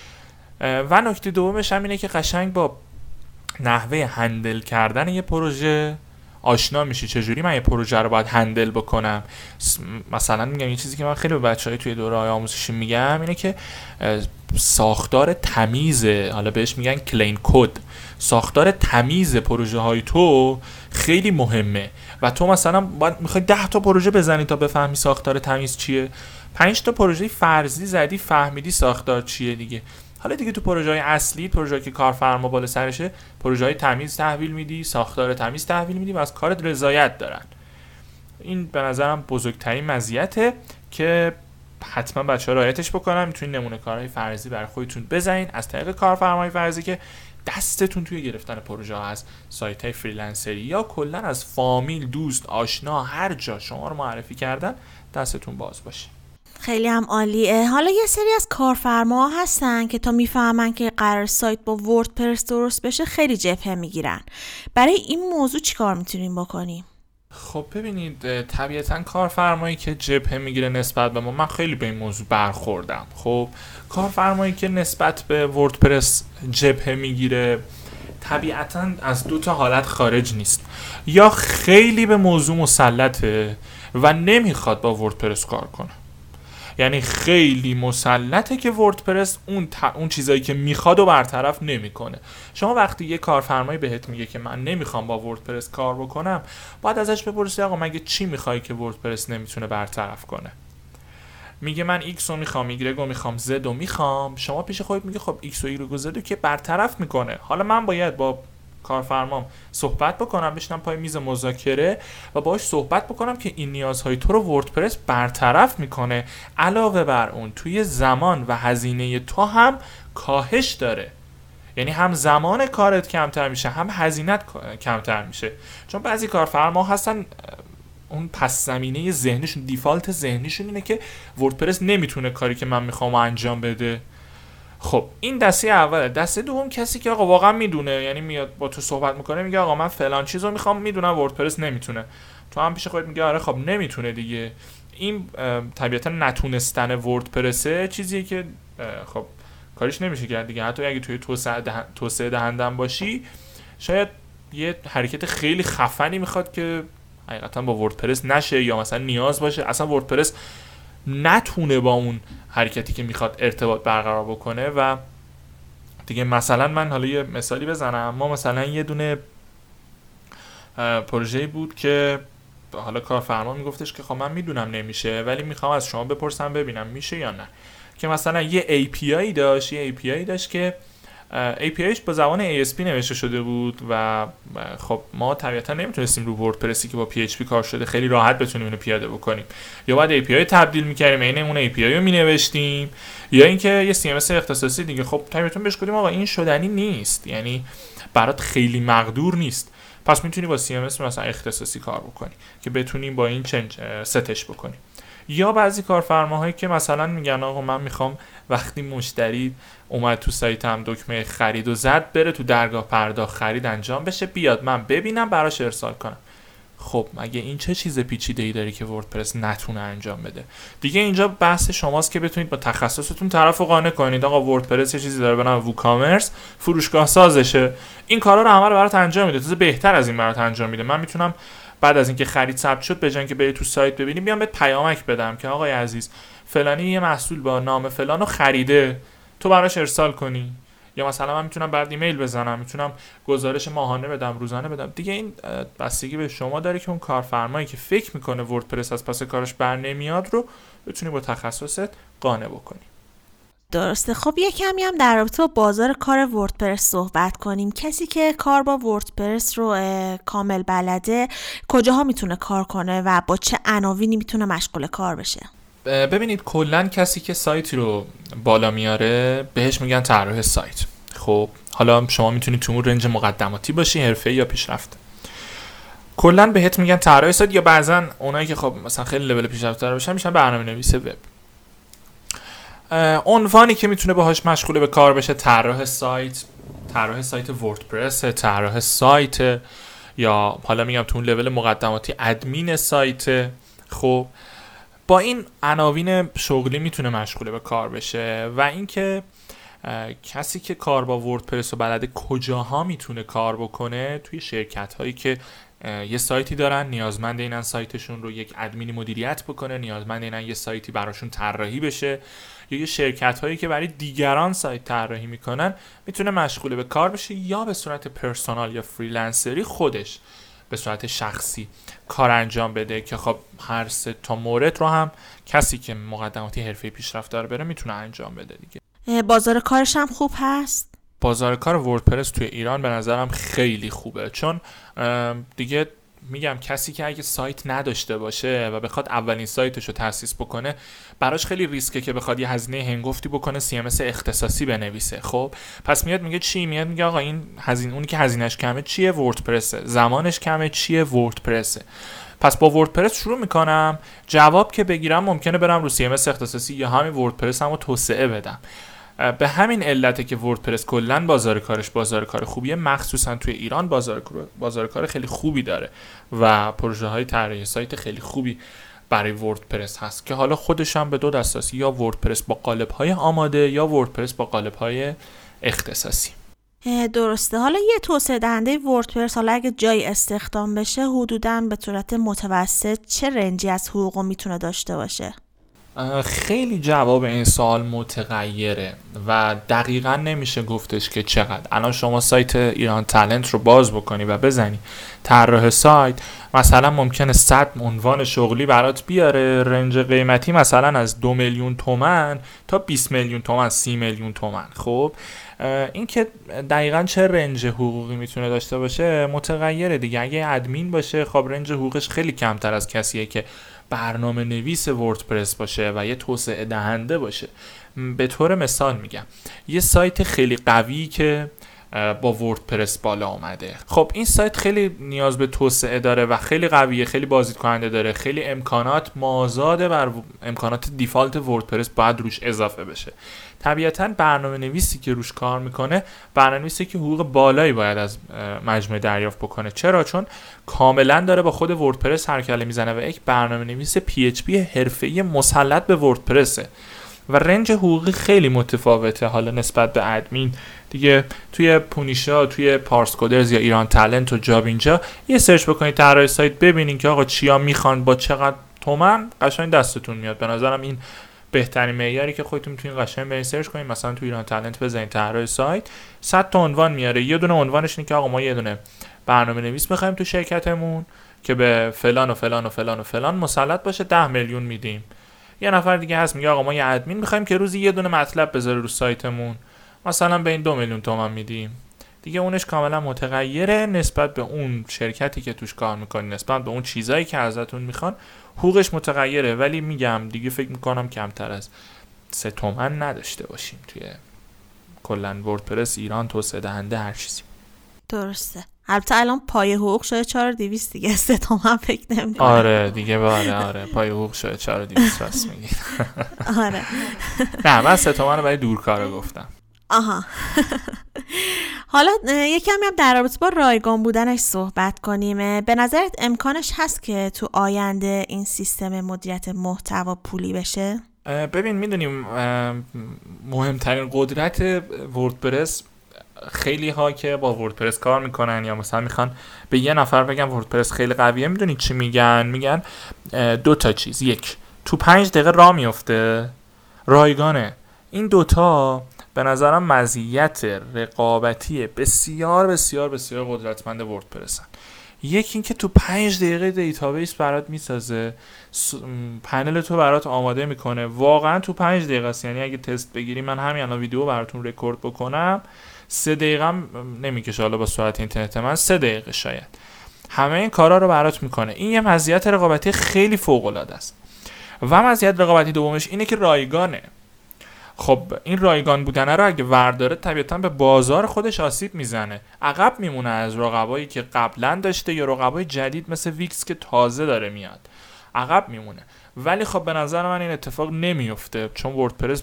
Speaker 2: و نکته دومش هم اینه که قشنگ با نحوه هندل کردن یه پروژه آشنا میشی. چجوری من یه پروژه رو باید هندل بکنم. مثلا میگم یه چیزی که من خیلی به بچهای توی دوره‌های آموزشی میگم اینه که ساختار تمیز، حالا بهش میگن کلین کد، ساختار تمیز پروژه های تو خیلی مهمه. و تو مثلا باید میخوای 10 تا پروژه بزنی تا بفهمی ساختار تمیز چیه. 5 تا پروژه فرضی زدی فهمیدی ساختار چیه دیگه. حالا دیگه تو پروژه های اصلی، پروژه‌ای که کارفرما بالا سرشه، پروژه های تمیز تحویل میدی، ساختار تمیز تحویل میدی و از کارت رضایت دارن. این به نظرم بزرگترین مزیته که حتما بچه‌ها رعایتش بکنن. میتونین نمونه کارهای فرضی برای خودتون بزنین از طریق کارفرمای فرضی که دستتون توی گرفتن پروژه ها از سایت‌های فریلنسری یا کلا از فامیل، دوست، آشنا، هر جا شما رو معرفی کردن دستتون باز باشه.
Speaker 1: خیلی هم عالیه. حالا یه سری از کارفرماها هستن که تا میفهمن که قرار سایت با وردپرس درست بشه خیلی جبهه میگیرن. برای این موضوع چیکار میتونیم بکنیم؟
Speaker 2: خب ببینید، طبیعتا کارفرمایی که جبهه میگیره نسبت به ما، من خیلی به این موضوع برخوردم. خب کارفرمایی که نسبت به وردپرس جبهه میگیره طبیعتاً از دو تا حالت خارج نیست. یا خیلی به موضوع مسلطه و نمیخواد با وردپرس کار کنه، یعنی خیلی مسلطه که وردپرس اون چیزایی که میخواد و برطرف نمیکنه. شما وقتی یه کارفرمایی بهت میگه که من نمیخوام با وردپرس کار بکنم، باید ازش بپرسی آقا مگه چی میخوای که وردپرس نمیتونه برطرف کنه؟ میگه من X رو میخوام، Y رو میخوام، Z رو میخوام. شما پیش خودت میگه خب X و Y و Z رو که برطرف میکنه، حالا من باید با کارفرمام صحبت بکنم، بشینم پای میز مذاکره و باهاش صحبت بکنم که این نیازهای تو رو وردپرس برطرف میکنه، علاوه بر اون توی زمان و هزینه تو هم کاهش داره. یعنی هم زمان کارت کمتر میشه، هم هزینت کمتر میشه. چون بعضی کارفرما هستن اون پس زمینه ذهنشون، دیفالت ذهنیشون اینه که وردپرس نمیتونه کاری که من میخوام انجام بده. خب این دسته اوله. دسته دوم کسی که آقا واقعا میدونه، یعنی میاد با تو صحبت میکنه، میگه آقا من فلان چیزو میخوام، میدونم وردپرس نمیتونه. تو هم پیش خودت میگه آره خب نمیتونه دیگه. این طبیعتا نتونستن وردپرسه چیزیه که خب کاریش نمیشه کرد دیگه. حتی اگه توی توسعه دهندم باشی، شاید یه حرکت خیلی خفنی میخواد که حقیقتا با وردپرس نشه، یا مثلا نیاز باشه اصلا وردپرس نتونه با اون حرکتی که میخواد ارتباط برقرار بکنه. و دیگه مثلا من حالا یه مثالی بزنم، ما مثلا یه دونه پروژه‌ای بود که حالا کارفرما میگفتش که خب من میدونم نمیشه، ولی میخوام از شما بپرسم ببینم میشه یا نه. که مثلا یه API داشت که APIش با زبان ASP نوشته شده بود و خب ما طبیعتا نمیتونستیم رو وردپرسی که با PHP کار شده خیلی راحت بتونیم اینو پیاده بکنیم. یا باید API تبدیل می‌کردیم، عین اون API رو مینوشتیم، یا اینکه یه CMS اختصاصی دیگه. خب طبیعتا بهش گفتیم آقا این شدنی نیست، یعنی برات خیلی مقدور نیست، پس میتونی با CMS مثلا اختصاصی کار بکنی که بتونیم با این چنج ستش بکنیم. یا بعضی کارفرماهایی که مثلا میگن آقا من میخوام وقتی مشتری اومد تو سایتم دکمه خرید و زد، بره تو درگاه پرداخت خرید انجام بشه، بیاد من ببینم براش ارسال کنم. خب مگه این چه چیز پیچیده‌ای داری که وردپرس نتونه انجام بده؟ دیگه اینجا بحث شماست که بتونید با تخصصتون طرفو قانع کنید آقا وردپرس یه چیزی داره به نام ووکامرس، فروشگاه سازشه، این کارا رو همه رو برات انجام میده، تازه بهتر از این برات انجام میده. من میتونم بعد از اینکه خرید ثبت شد، به جای اینکه بری تو سایت ببینی، بیام بهت پیامک بدم که آقای عزیز فلانی یه محصول با نام فلانو خریده، تو براش ارسال کنی. یا مثلا من میتونم بعد ایمیل بزنم، میتونم گزارش ماهانه بدم، روزانه بدم. دیگه این بستگی به شما داره که اون کارفرمایی که فکر میکنه وردپرس از پس کارش بر نمیاد رو بتونی با تخصصت قانع بکنی.
Speaker 1: درسته. خب یه کمی هم در رابطه با بازار کار وردپرس صحبت کنیم. کسی که کار با وردپرس رو کامل بلده کجاها میتونه کار کنه و با چه عناوینی میتونه مشغول کار بشه؟
Speaker 2: ببینید کلا کسی که سایتی رو بالا میاره بهش میگن طراح سایت. خب حالا شما میتونید تو اون رنج مقدماتی باشی، حرفه‌ای یا پیشرفته. کلا بهت میگن طراح سایت، یا بعضن اونایی که خب مثلا خیلی لول پیشرفته‌تر باشن میشن برنامه‌نویس وب. عنوانی که میتونه باهاش مشغول به کار بشه طراح سایت وردپرس، طراح سایت، یا حالا میگم تو اون لول مقدماتی ادمین سایت. خب با این عناوین شغلی میتونه مشغول به کار بشه. و اینکه کسی که کار با وردپرس و بلده کجاها میتونه کار بکنه، توی شرکت هایی که یه سایتی دارن، نیازمند اینن سایتشون رو یک ادمینی مدیریت بکنه، نیازمند اینن یه سایتی براشون طراحی بشه، یا یه شرکت هایی که برای دیگران سایت طراحی میکنن میتونه مشغول به کار بشه، یا به صورت پرسونال یا فریلنسری خودش به صورت شخصی کار انجام بده. که خب هر سه تا مورد رو هم کسی که مقدماتی حرفه پیشرفت داره بره میتونه انجام بده دیگه.
Speaker 1: بازار کارش هم خوب هست؟
Speaker 2: بازار کار وردپرس توی ایران به نظرم خیلی خوبه، چون دیگه میگم کسی که اگه سایت نداشته باشه و بخواد اولین سایتش رو تأسیس بکنه، براش خیلی ریسکه که بخواد یه هزینه هنگفتی بکنه، CMS اختصاصی بنویسه. خب پس میاد میگه آقا این هزینه، اونی که هزینه‌اش کمه چیه؟ وردپرسه. زمانش کمه چیه؟ وردپرسه. پس با وردپرس شروع میکنم، جواب که بگیرم ممکنه برم رو CMS اختصاصی یا همین وردپرسمو توسعه بدم. به همین علته که وردپرس کلا بازار کارش بازار کار خوبیه، مخصوصا توی ایران بازار کار خیلی خوبی داره و پروژه های طراحی سایت خیلی خوبی برای وردپرس هست که حالا خودش هم به دو دسته است، یا وردپرس با قالب های آماده یا وردپرس با قالب های اختصاصی.
Speaker 1: درسته. حالا یه توسعه دهنده وردپرس حالا اگه جای استخدام بشه حدوداً به صورت متوسط چه رنجی از حقوق میتونه داشته باشه؟
Speaker 2: خیلی جواب این سوال متغیره و دقیقا نمیشه گفتش که چقدر. الان شما سایت ایران تالنت رو باز بکنی و بزنی طراح سایت، مثلا ممکنه 100 عنوان شغلی برات بیاره، رنج قیمتی مثلا از 2 میلیون تومان تا 20 میلیون تومان، 30 میلیون تومان. خب این که دقیقاً چه رنج حقوقی میتونه داشته باشه متغیره دیگه. اگه ادمین باشه خب رنج حقوقش خیلی کمتر از کسیه که برنامه نویس وردپرس باشه و یه توسعه دهنده باشه. به طور مثال میگم یه سایت خیلی قوی که با وردپرس بالا آمده، خب این سایت خیلی نیاز به توسعه داره و خیلی قویه، خیلی بازدید کننده داره، خیلی امکانات مازاده بر امکانات دیفالت وردپرس باید روش اضافه بشه. طبیعتاً برنامه نویسی که روش کار میکنه برنامه نویسی که حقوق بالایی باید از مجموعه دریافت بکنه. چرا؟ چون کاملا داره با خود وردپرس هر کله میزنه و یک برنامه نویس PHP حرفه‌ای مسلط به وردپرسه و رنج حقوقی خیلی متفاوته حالا نسبت به ادمین دیگه. توی پونیشا، توی پارس کودرز یا ایران تالنت و جاب اینجا یه سرچ بکنید طراح سایت، ببینین که آقا چیا میخوان با چقدر تومن، قشنگ دستتون میاد. به نظرم این بهترین معیاری که خودتون میتونین قشنگ برین سرچ کنین. مثلا تو ایران تالنت بزنین طراح سایت، 100 تا عنوان میاره. یه دونه عنوانش اینه که آقا ما یه دونه برنامه نویس میخوایم تو شرکتمون که به فلان و فلان و فلان و فلان مسلط باشه، 10 میلیون میدیم. یه نفر دیگه هست میگه آقا ما یه ادمین میخوایم که روزی یه دونه مطلب بذاره رو سایتمون، مثلا به این 2 میلیون تومان میدیم. دیگه اونش کاملا متغیره نسبت به اون شرکتی که توش کار میکنین، نسبت به اون چیزایی که ازتون میخوان حقوقش متغیره. ولی میگم دیگه فکر میکنم کمتر از 3 تومن نداشته باشیم توی کلا وردپرس ایران توسعه دهنده هر چیزی.
Speaker 1: درسته. البته الان پای حقوق شده 4200 دیگه، 3 تومن فکر نمی‌کنم.
Speaker 2: آره دیگه آره پای حقوق شده 4200 راست میگی.
Speaker 1: آره.
Speaker 2: نه من 3 تومن رو برای دورکارا گفتم.
Speaker 1: آها. حالا یه کمی هم در رابطه با رایگان بودنش صحبت کنیم. به نظرت امکانش هست که تو آینده این سیستم مدیریت محتوا پولی بشه؟
Speaker 2: ببین میدونیم مهمترین قدرت وردپرس، خیلی ها که با وردپرس کار میکنن یا مثلا میخوان به یه نفر بگن وردپرس خیلی قویه، میدونید چی میگن؟ میگن 2 تا چیز. یک، تو 5 دقیقه راه میفته، رایگانه. این 2 تا به نظرم مزیت رقابتی بسیار بسیار بسیار قدرتمند وردپرسن. یکی این که تو 5 دقیقه دیتابیس برات میسازه، پنل تو برات آماده میکنه، واقعا تو 5 دقیقه است. یعنی اگه تست بگیری، من همین الان ویدیو براتون رکورد بکنم 3 دقیقه هم نمیکشه، حالا با سرعت اینترنت من 3 دقیقه شاید همه این کارا رو برات میکنه. این یه مزیت رقابتی خیلی فوق العاده است. و مزیت رقابتی دومش اینه که رایگانه. خب این رایگان بودن رو اگه ورداره طبیعتاً به بازار خودش آسیب میزنه، عقب میمونه از رقبایی که قبلا داشته یا رقبای جدید مثل ویکس که تازه داره میاد، عقب میمونه. ولی خب به نظر من این اتفاق نمیفته، چون وردپرس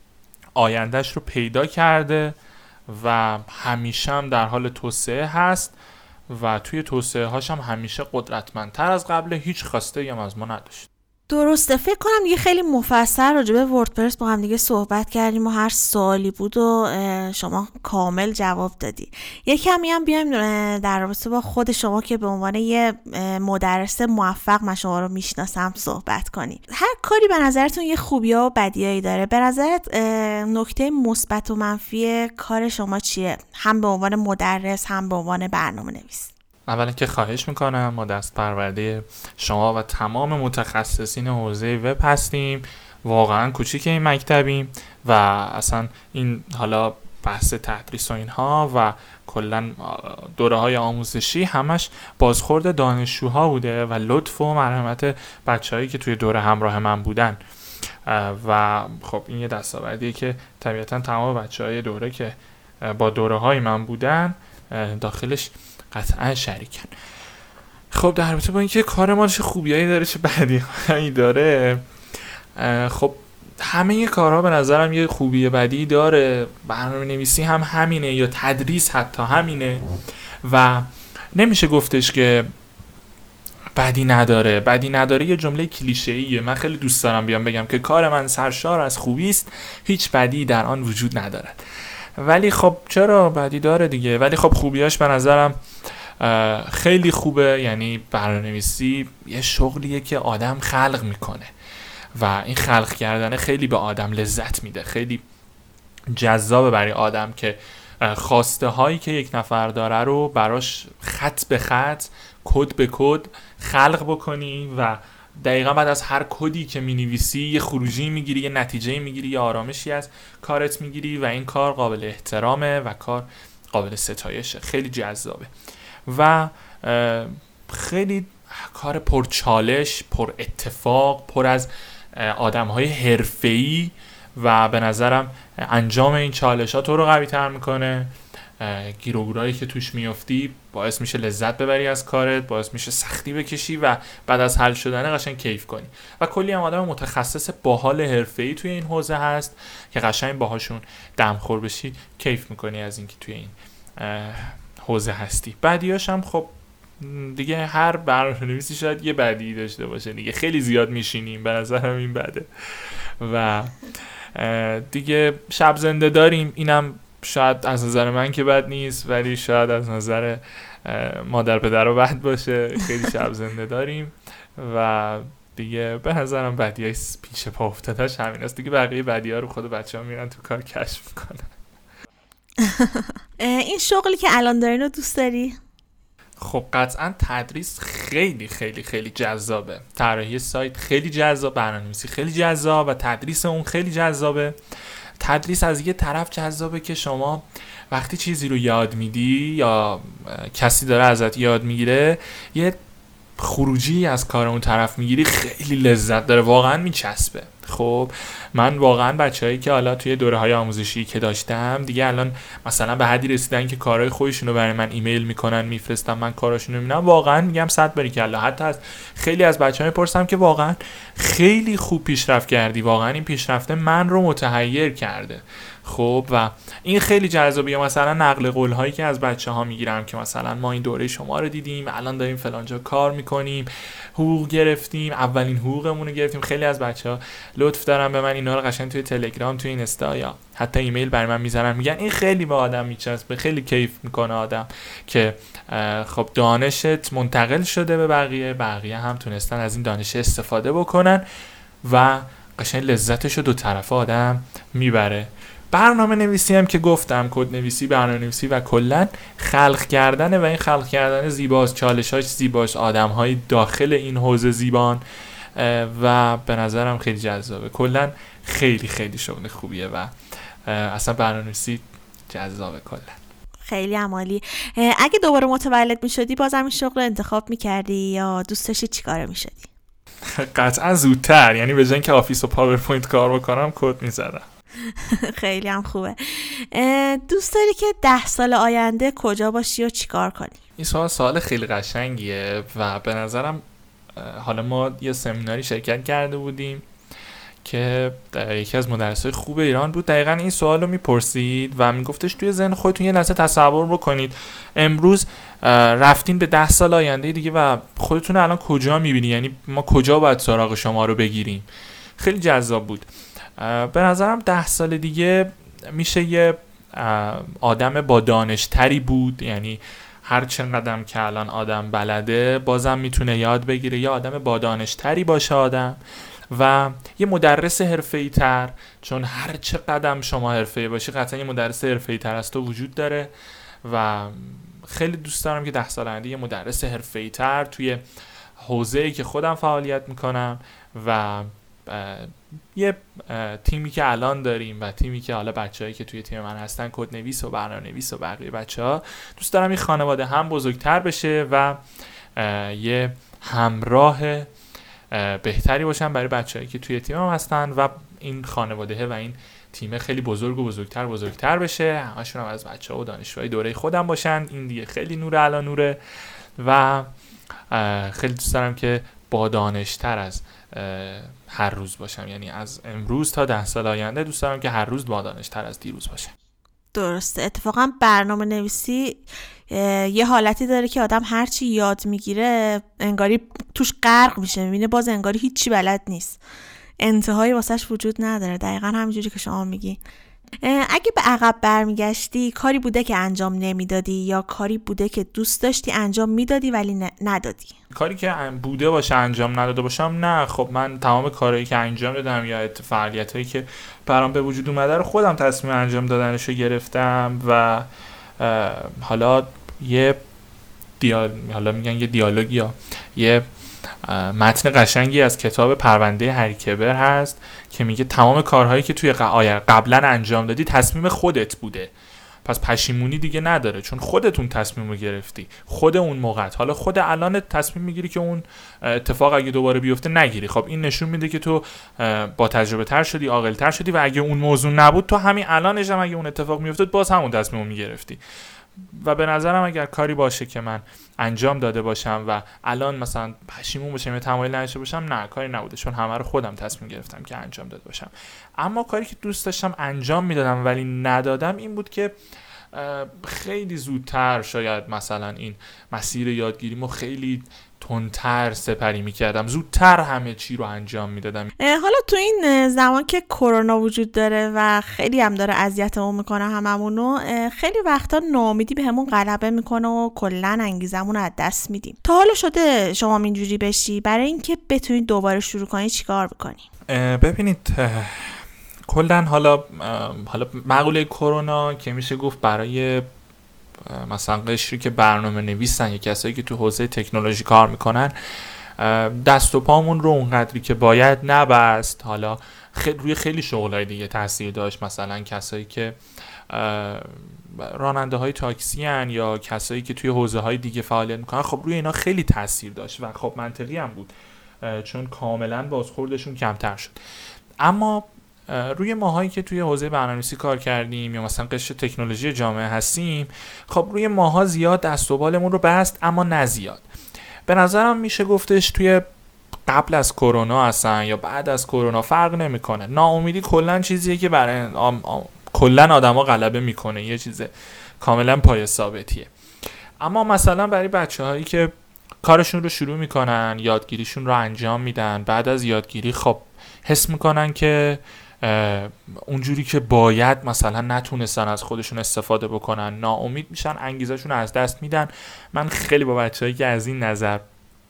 Speaker 2: آیندهش رو پیدا کرده و همیشه هم در حال توسعه هست و توی توسعه هاش هم همیشه قدرتمندتر از قبل. هیچ خواسته هم از ما نداشت.
Speaker 1: درسته. فکر کنم دیگه خیلی مفصل راجع به وردپرس با هم دیگه صحبت کردیم و هر سوالی بود و شما کامل جواب دادی. یه کمی هم بیایم در رابطه با خود شما که به عنوان یه مدرس موفق من شما رو میشناسم صحبت کنیم. هر کاری به نظرتون یه خوبی‌ها و بدیایی داره. به نظرت نکته مثبت و منفی کار شما چیه؟ هم به عنوان مدرس هم به عنوان برنامه‌نویس.
Speaker 2: اولا که خواهش میکنم، ما دست پرورده شما و تمام متخصصین حوزه وب هستیم. واقعا کوچیک این مکتبیم و اصلا این حالا بحث تدریس و اینها و کلا دوره های آموزشی همش بازخورد دانشجوها بوده و لطف و مرحمت بچه‌هایی که توی دوره همراه من بودن و خب این یه دستاوردیه که طبیعتا تمام بچه‌های دوره که با دوره های من بودن داخلش قطعا شریکن. خب در رابطه با اینکه کار ما چه خوبیایی داره چه بدیهایی داره، خب همه کارها به نظرم یه خوبی بدی داره. برنامه نویسی هم همینه یا تدریس حتی همینه و نمیشه گفتش که بدی نداره. بدی نداره یه جمله کلیشه‌ایه. من خیلی دوست دارم بیام بگم که کار من سرشار از خوبی است، هیچ بدی در آن وجود ندارد. ولی خب چرا بدی داره دیگه، ولی خب خوبیاش به نظرم خیلی خوبه. یعنی برنامه‌نویسی یه شغلیه که آدم خلق میکنه و این خلق کردن خیلی به آدم لذت میده، خیلی جذابه برای آدم که خواسته هایی که یک نفر داره رو براش خط به خط، کد به کد خلق بکنی و دقیقا بعد از هر کدی که می‌نویسی یه خروجی میگیری، یه نتیجه میگیری، یه آرامشی از کارت میگیری و این کار قابل احترامه و کار قابل ستایشه، خیلی جذابه و خیلی کار پرچالش، پر اتفاق، پر از آدم‌های حرفه‌ای و به نظرم انجام این چالش‌ها تو رو قوی‌تر میکنه. گیر و گورایی که توش میافتی باعث میشه لذت ببری از کارت، باعث میشه سختی بکشی و بعد از حل شدن قشنگ کیف کنی و کلی هم آدم متخصص باحال حرفه‌ای توی این حوزه هست که قشنگ باهاشون دمخور بشی، کیف میکنی از اینکه توی این حوزه هستی. بعدیاش هم خب دیگه هر برنامه‌نویسی شاید یه بدی داشته باشه دیگه، خیلی زیاد میشینیم، به نظرم این بده و دیگه شب زنده داریم، اینم شاید از نظر من که بد نیست ولی شاید از نظر مادر پدر رو بد باشه. خیلی شب زنده داریم و دیگه به نظرم بدیای پیش پا افتاداش همین است دیگه. بقیه بدی‌ها رو خود بچه‌ها میرن تو کار کشف میکنن.
Speaker 1: این شغلی که الان دارین رو دوست داری؟
Speaker 2: خب قطعا تدریس خیلی خیلی خیلی جذابه، طراحی سایت خیلی جذاب، برنامه‌نویسی خیلی جذاب و تدریس اون خیلی جذابه. تدریس از یه طرف جذابه که شما وقتی چیزی رو یاد میدی یا کسی داره ازت یاد میگیره، یه خروجی از کار اون طرف میگیری، خیلی لذت داره، واقعا میچسبه. خب من واقعا بچه‌هایی که حالا توی دوره‌های آموزشی که داشتم دیگه الان مثلا به حدی رسیدن که کارهای خودشونو برای من ایمیل میکنن، میفرستن، من کاراشونو میبینم، واقعا میگم صد باریکلا. حتی از خیلی از بچه‌ها میپرسم که واقعا خیلی خوب پیشرفت کردی، واقعا این پیشرفته من رو متحیر کرده. خب و این خیلی جذابه. یا مثلا نقل قول هایی که از بچه‌ها میگیرم که مثلا ما این دوره شما رو دیدیم، الان داریم فلانجا کار میکنیم، حقوق گرفتیم، اولین حقوقمون رو گرفتیم. خیلی از بچه‌ها لطف دارن به من اینا رو قشنگ توی تلگرام، توی اینستا یا حتی ایمیل برای من میذارن، میگن این خیلی به آدم میچسبه، خیلی کیف میکنه آدم که خب دانشت منتقل شده به بقیه هم تونستن از این دانش استفاده بکنن و قشنگ لذتشو دو طرفه آدم میبره. برنامه نویسی هم که گفتم، کد نویسی، برنامه نویسی و کلا خلق کردنه و این خلق کردن زیباست، چالشاش زیباست، آدم‌های داخل این حوزه زیبان و به نظرم خیلی جذابه. کلا خیلی خیلی شغل خوبیه و اصلا برنامه نویسی جذابه کلا.
Speaker 1: خیلی عالی. اگه دوباره متولد میشدی بازم این شغل رو انتخاب میکردی یا دوست داشتی چیکار میشدی؟
Speaker 2: قطعا زودتر، یعنی به جای اینکه آفیس و پاورپوینت کار بکنم کد میزدم.
Speaker 1: خیلی هم خوبه. دوست داری که 10 سال آینده کجا باشی و چیکار کنی؟
Speaker 2: این سوال خیلی قشنگیه و به نظرم حالا ما یه سمیناری شرکت کرده بودیم که یکی از مدرسای خوب ایران بود، دقیقاً این سوال رو میپرسید و میگفتش توی ذهن خودتون یه لحظه تصور بکنید امروز رفتین به 10 سال آینده دیگه و خودتون الان کجا میبینی، یعنی ما کجا باید سراغ شما رو بگیریم. خیلی جذاب بود. به نظرم 10 سال دیگه میشه یه آدم با دانشتری بود، یعنی هر چقدر که الان آدم بلده بازم میتونه یاد بگیره، یه آدم با دانشتری باشه آدم و یه مدرس حرفه‌ای تر، چون هر چقدر شما حرفه‌ای باشی قطعا یه مدرس حرفه‌ای تر از تو وجود داره و خیلی دوست دارم که 10 سال آینده یه مدرس حرفه‌ای تر توی حوزه‌ای که خودم فعالیت میکنم و یه تیمی که الان داریم و تیمی که حالا بچه‌هایی که توی تیم من هستن، کدنویس و برنامه‌نویس و بقیه بچه‌ها، دوست دارم این خانواده هم بزرگتر بشه و یه همراه بهتری باشن برای بچه‌هایی که توی تیمم هستن و این خانواده و این تیم خیلی بزرگ و بزرگتر بشه، همشون هم از بچه‌ها و دانشجوهای دوره خودم باشن. این دیگه خیلی نور علی نوره و خیلی دوست دارم که با دانشتر از هر روز باشم، یعنی از امروز تا 10 سال آینده دوست دارم که هر روز با دانشتر از دیروز باشم.
Speaker 1: درسته. اتفاقا برنامه نویسی یه حالتی داره که آدم هرچی یاد میگیره انگاری توش غرق میشه، میبینه باز انگاری هیچی بلد نیست، انتهایی واسش وجود نداره. دقیقا همینجوری که شما میگی. اگه به عقب برمیگشتی کاری بوده که انجام نمیدادی یا کاری بوده که دوست داشتی انجام میدادی ولی ندادی؟
Speaker 2: کاری که بوده باشه انجام نداده باشم نه. خب من تمام کارهایی که انجام دادم یا فعالیتایی که برام به وجود اومده رو خودم تصمیم انجام دادنشو گرفتم و حالا حالا میگن یه دیالوگ یا یه متن قشنگی از کتاب پرونده هری کبر هست که میگه تمام کارهایی که توی قبلا انجام دادی تصمیم خودت بوده، پس پشیمونی دیگه نداره چون خودتون تصمیم رو گرفتی، خود اون موقع. حالا خود الان تصمیم میگیری که اون اتفاق اگه دوباره بیفته نگیری. خب این نشون میده که تو با تجربه تر شدی، عاقل تر شدی و اگه اون موضوع نبود تو همین الانش هم اگه اون اتفاق میافتاد باز همون تصمیم رو میگرفتی. و به نظرم اگر کاری باشه که من انجام داده باشم و الان مثلا پشیمون باشم یا تمایل نداشته باشم، نه کاری نبوده چون همه رو خودم تصمیم گرفتم که انجام داده باشم. اما کاری که دوست داشتم انجام میدادم ولی ندادم این بود که خیلی زودتر شاید مثلا این مسیر یادگیریمو خیلی تندتر سپری میکردم، زودتر همه چی رو انجام میدادم.
Speaker 1: حالا تو این زمان که کرونا وجود داره و خیلی هم داره اذیتمون میکنه هممونو، خیلی وقتا ناامیدی به همون غلبه میکنه و کلا انگیزمون رو از دست میدیم. تا حالا شده شما اینجوری بشی؟ برای اینکه بتونید دوباره شروع کنید چیکار بکنی؟
Speaker 2: ببینید کلا حالا مقوله کرونا که میشه گفت برای مثلا قشری که برنامه نویسن یا کسایی که تو حوزه تکنولوژی کار میکنن دست و پامون رو اونقدری که باید نبست. حالا روی خیلی شغلای دیگه تاثیر داشت، مثلا کسایی که راننده های تاکسی هن یا کسایی که توی حوزه های دیگه فعالیت میکنن، خب روی اینا خیلی تاثیر داشت و خب منطقی هم بود چون کاملا بازخوردشون کمتر شد. اما روی ماهایی که توی حوزه برنامه‌نویسی کار کردیم یا مثلا قشر تکنولوژی جامعه هستیم، خب روی ماها زیاد دست و بالمون رو بست اما نه زیاد. به نظرم میشه گفتش توی قبل از کرونا هستن یا بعد از کرونا فرق نمیکنه. ناامیدی کلا چیزیه که برای کلا آدما غلبه میکنه، یه چیز کاملا پای ثابتیه. اما مثلا برای بچه‌هایی که کارشون رو شروع میکنن، یادگیریشون رو انجام میدن، بعد از یادگیری خب حس میکنن که اونجوری که باید مثلا نتونستن از خودشون استفاده بکنن، ناامید میشن، انگیزشون رو از دست میدن. من خیلی با بچه‌هایی که از این نظر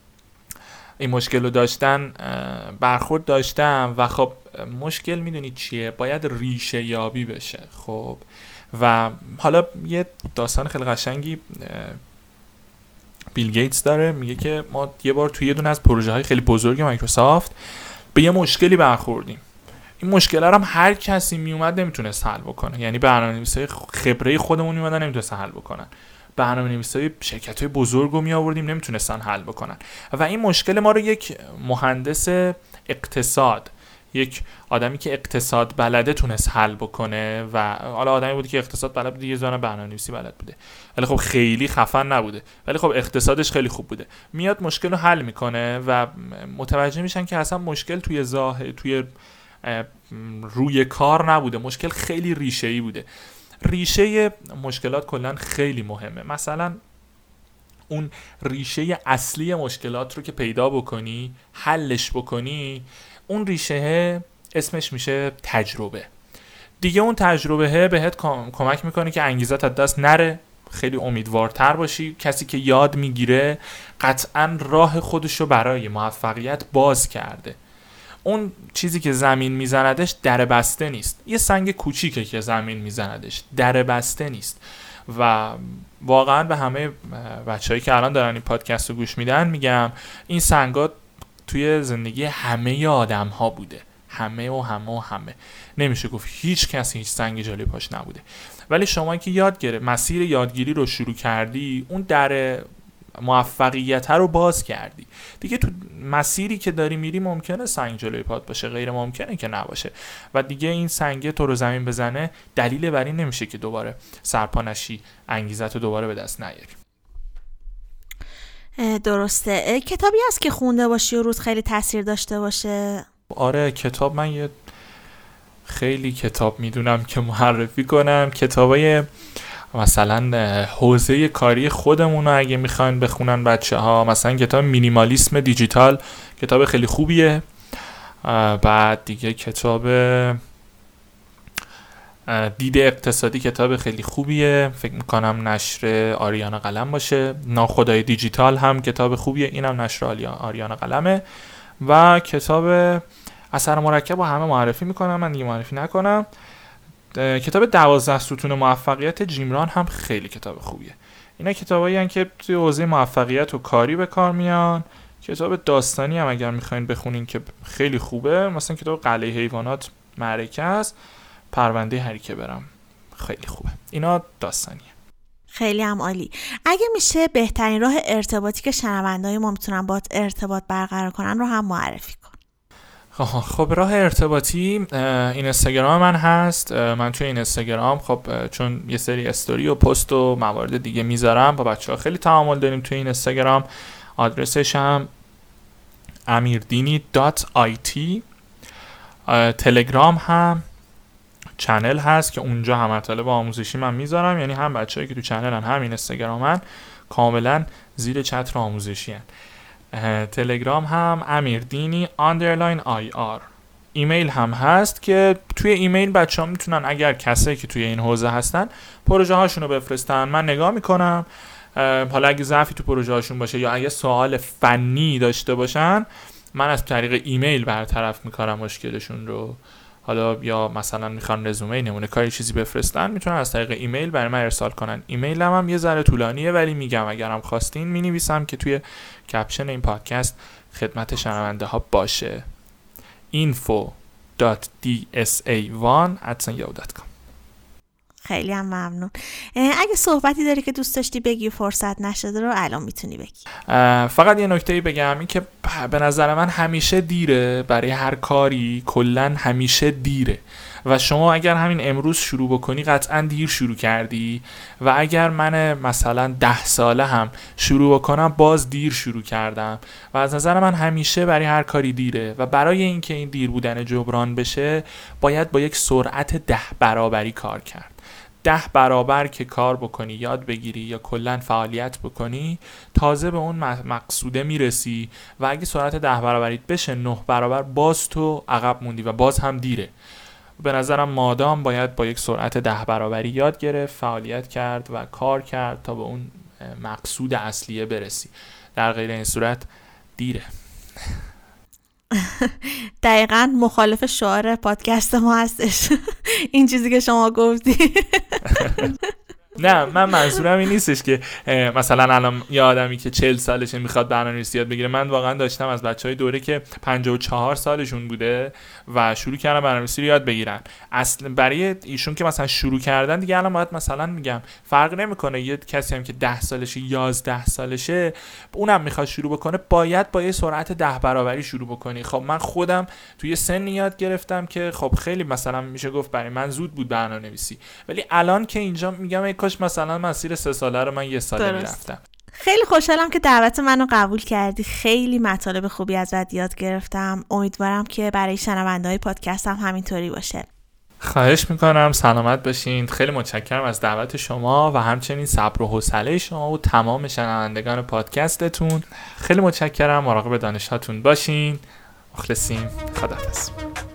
Speaker 2: این مشکل رو داشتن برخورد داشتم و خب مشکل میدونید چیه؟ باید ریشه یابی بشه. خب و حالا یه داستان خیلی قشنگی بیل گیتس داره، میگه که ما یه بار توی یه دونه از پروژه های خیلی بزرگ مایکروسافت به یه مشکلی برخوردیم. این مشکل رو هم هر کسی میومد نمیتونست حل بکنه، یعنی برنامه‌نویسای خبره خودمون میومدن نمیتونستن حل بکنن، برنامه‌نویسای شرکت‌های بزرگ رو میآوردیم نمیتونستن حل بکنن. و این مشکل ما رو یک مهندس اقتصاد، یک آدمی که اقتصاد بلده تونست حل بکنه و حالا آدمی بود که اقتصاد بلد بوده، یه زانه برنامه‌نویسی بلد بوده ولی خب خیلی خفن نبوده، ولی خب اقتصادش خیلی خوب بوده. میاد مشکل رو حل میکنه و متوجه میشن که اصلا مشکل توی روی کار نبوده، مشکل خیلی ریشه‌ای بوده. ریشه مشکلات کلا خیلی مهمه. مثلا اون ریشه اصلی مشکلات رو که پیدا بکنی، حلش بکنی، اون ریشه اسمش میشه تجربه. دیگه اون تجربه بهت کمک میکنه که انگیزت از دست نره، خیلی امیدوارتر باشی. کسی که یاد میگیره قطعاً راه خودشو برای موفقیت باز کرده. اون چیزی که زمین میزندش در بسته نیست، یه سنگ کوچیکه که زمین میزندش، در بسته نیست. و واقعا به همه بچه‌هایی که الان دارن این پادکست رو گوش میدن میگم این سنگا توی زندگی همه آدم ها بوده، همه نمیشه گفت هیچ کسی هیچ سنگی جلوی پاش نبوده. ولی شما که مسیر یادگیری رو شروع کردی، اون در موفقیت رو باز کردی دیگه. تو مسیری که داری میری ممکنه سنگ جلوی پات باشه، غیر ممکنه که نباشه و دیگه این سنگه تو رو زمین بزنه دلیل بر این نمیشه که دوباره سرپا نشی، انگیزت رو دوباره به دست نیاری.
Speaker 1: درسته. کتابی هست که خونده باشی و روز خیلی تاثیر داشته باشه؟
Speaker 2: آره کتاب، من یه خیلی کتاب میدونم که معرفی کنم. کتابای مثلا حوزه کاری خودمون رو اگه میخواین بخونن بچه ها، مثلا کتاب مینیمالیسم دیجیتال کتاب خیلی خوبیه. بعد دیگه کتاب دید اقتصادی کتاب خیلی خوبیه، فکر میکنم نشر آریانا قلم باشه. ناخدای دیجیتال هم کتاب خوبیه، اینم نشر آریانا قلمه. و کتاب اثر مرکب رو همه معرفی میکنم، من دیگه معرفی نکنم. کتاب 12 ستون موفقیت جیم ران هم خیلی کتاب خوبیه. اینا کتابایی هستن که توی حوزه موفقیت و کاری به کار میان. کتاب داستانی هم اگر میخواین بخونین که خیلی خوبه، مثلا کتاب قلعه حیوانات معرکه است، پرونده هری که برم خیلی خوبه. اینا داستانیه.
Speaker 1: خیلی هم عالی. اگه میشه بهترین راه ارتباطی که شنونده‌های ما میتونن باهات ارتباط برقرار کنن رو هم معرفی کن.
Speaker 2: خب راه ارتباطی این اینستاگرام من هست. من توی این اینستاگرام خب چون یه سری استوری و پست و موارد دیگه میذارم، با بچه‌ها خیلی تعامل داریم توی این اینستاگرام. آدرسش هم amirdini.it. تلگرام هم چنل هست که اونجا هم مطالب آموزشی من میذارم، یعنی هم بچه‌ای که تو چنلن هم اینستاگرامن کاملا زیر چتر آموزشی هن. تلگرام هم amirdini_ir. ایمیل هم هست که توی ایمیل بچه‌ها میتونن اگر کسایی که توی این حوزه هستن پروژه هاشون رو بفرستن، من نگاه میکنم. حالا اگه ضعفی تو پروژه هاشون باشه یا اگه سوال فنی داشته باشن، من از طریق ایمیل برطرف میکنم مشکلشون رو. حالا یا مثلا میخوان رزومه نمونه کاری چیزی بفرستن، میتونن از طریق ایمیل برای من ارسال کنن. ایمیلم هم یه ذره طولانیه ولی میگم اگرم خواستین مینویسم که توی کپشن این پادکست خدمت شنونده ها باشه. info.dsa1@yahoo.com.
Speaker 1: خیلی هم ممنون. اگه صحبتی داری که دوست داشتی بگی و فرصت نشده رو الان میتونی بگی.
Speaker 2: فقط یه نکته‌ای بگم، این که به نظر من همیشه دیره برای هر کاری، کلن همیشه دیره و شما اگر همین امروز شروع بکنی قطعا دیر شروع کردی و اگر من مثلا 10 ساله هم شروع بکنم باز دیر شروع کردم و از نظر من همیشه برای هر کاری دیره و برای اینکه این دیر بودن جبران بشه باید با یک سرعت 10 برابری کار کرد. 10 برابر که کار بکنی، یاد بگیری یا کلن فعالیت بکنی، تازه به اون مقصوده میرسی و اگه سرعت 10 برابریت بشه 9 برابر باز تو عقب موندی و باز هم دیره. به نظرم مادام باید با یک سرعت 10 برابری یاد گرفت، فعالیت کرد و کار کرد تا به اون مقصود اصلیه برسی. در غیر این صورت دیره.
Speaker 1: دقیقاً مخالف شعار پادکست ما هستش این چیزی که شما گفتی.
Speaker 2: نه، من منظورم این نیستش که مثلا الان یه آدمی که 40 سالشه میخواد برنامه‌نویسی یاد بگیره. من واقعا داشتم از بچهای دوره که 54 سالشون بوده و شروع کردن برنامه‌نویسی رو یاد بگیرن. اصلا برای ایشون که مثلا شروع کردن دیگه الان باید مثلا میگم فرق نمیکنه، یه کسی هم که 10 سالشه 11 سالشه اونم میخواد شروع بکنه باید با یه سرعت 10 برابری شروع بکنی. خب من خودم توی سن یاد گرفتم که خب خیلی مثلا میشه گفت برای من زود بود برنامه‌نویسی، ولی الان که اینجا میگم کاش مثلا مسیر 3 ساله رو من 1 ساله میرفتم.
Speaker 1: خیلی خوشحالم که دعوت منو قبول کردی. خیلی مطالب خوبی ازت یاد گرفتم. امیدوارم که برای شنونده‌های پادکستم همینطوری باشه.
Speaker 2: خواهش میکنم، سلامت باشین. خیلی متشکرم از دعوت شما و همچنین صبر و حوصله شما و تمام شنوندگان پادکستتون. خیلی متشکرم. مراقب دانش‌هاتون باشین. مخلصیم. خداحافظ.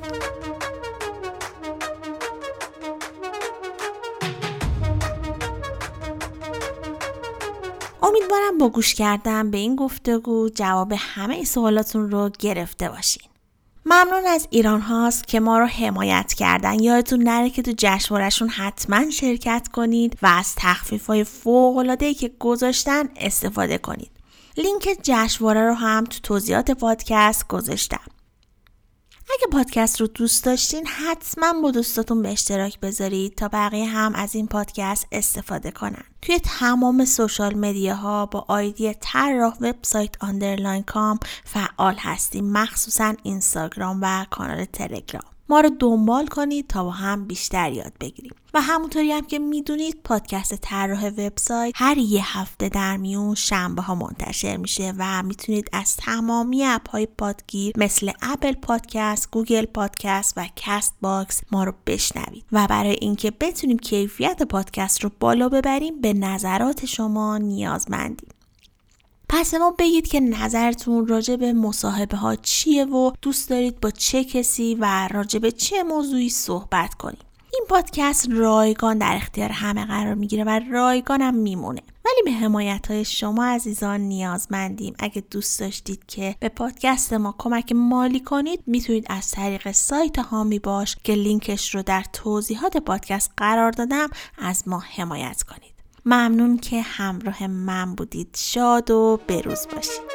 Speaker 1: امیدوارم با گوش کردن به این گفتگو جواب همه سوالاتون رو گرفته باشین. ممنون از ایران هاست که ما رو حمایت کردن. یادتون نره که تو جشنواره‌شون حتما شرکت کنید و از تخفیف‌های فوق‌العاده‌ای که گذاشتن استفاده کنید. لینک جشنواره رو هم تو توضیحات پادکست گذاشتم. اگه پادکست رو دوست داشتین حتما با دوستاتون به اشتراک بذارید تا بقیه هم از این پادکست استفاده کنن. توی تمام سوشال مدیاها با آیدی طراح وبسایت _com فعال هستیم، مخصوصا اینستاگرام و کانال تلگرام. ما رو دنبال کنید تا با هم بیشتر یاد بگیریم. و همونطوری هم که میدونید پادکست طراح وبسایت هر یه هفته در میون شنبه ها منتشر میشه و میتونید از تمامی اپ‌های پادگیر مثل اپل پادکست، گوگل پادکست و کست باکس ما رو بشنوید. و برای اینکه بتونیم کیفیت پادکست رو بالا ببریم به نظرات شما نیازمندیم. پس ما بگید که نظرتون راجع به مصاحبه ها چیه و دوست دارید با چه کسی و راجع به چه موضوعی صحبت کنیم. این پادکست رایگان در اختیار همه قرار میگیره و رایگانم میمونه. ولی به حمایت‌های شما عزیزان نیازمندیم. اگه دوست داشتید که به پادکست ما کمک مالی کنید، میتونید از طریق سایت هامی باش که لینکش رو در توضیحات پادکست قرار دادم از ما حمایت کنید. ممنون که همراه من بودید. شاد و بروز باشید.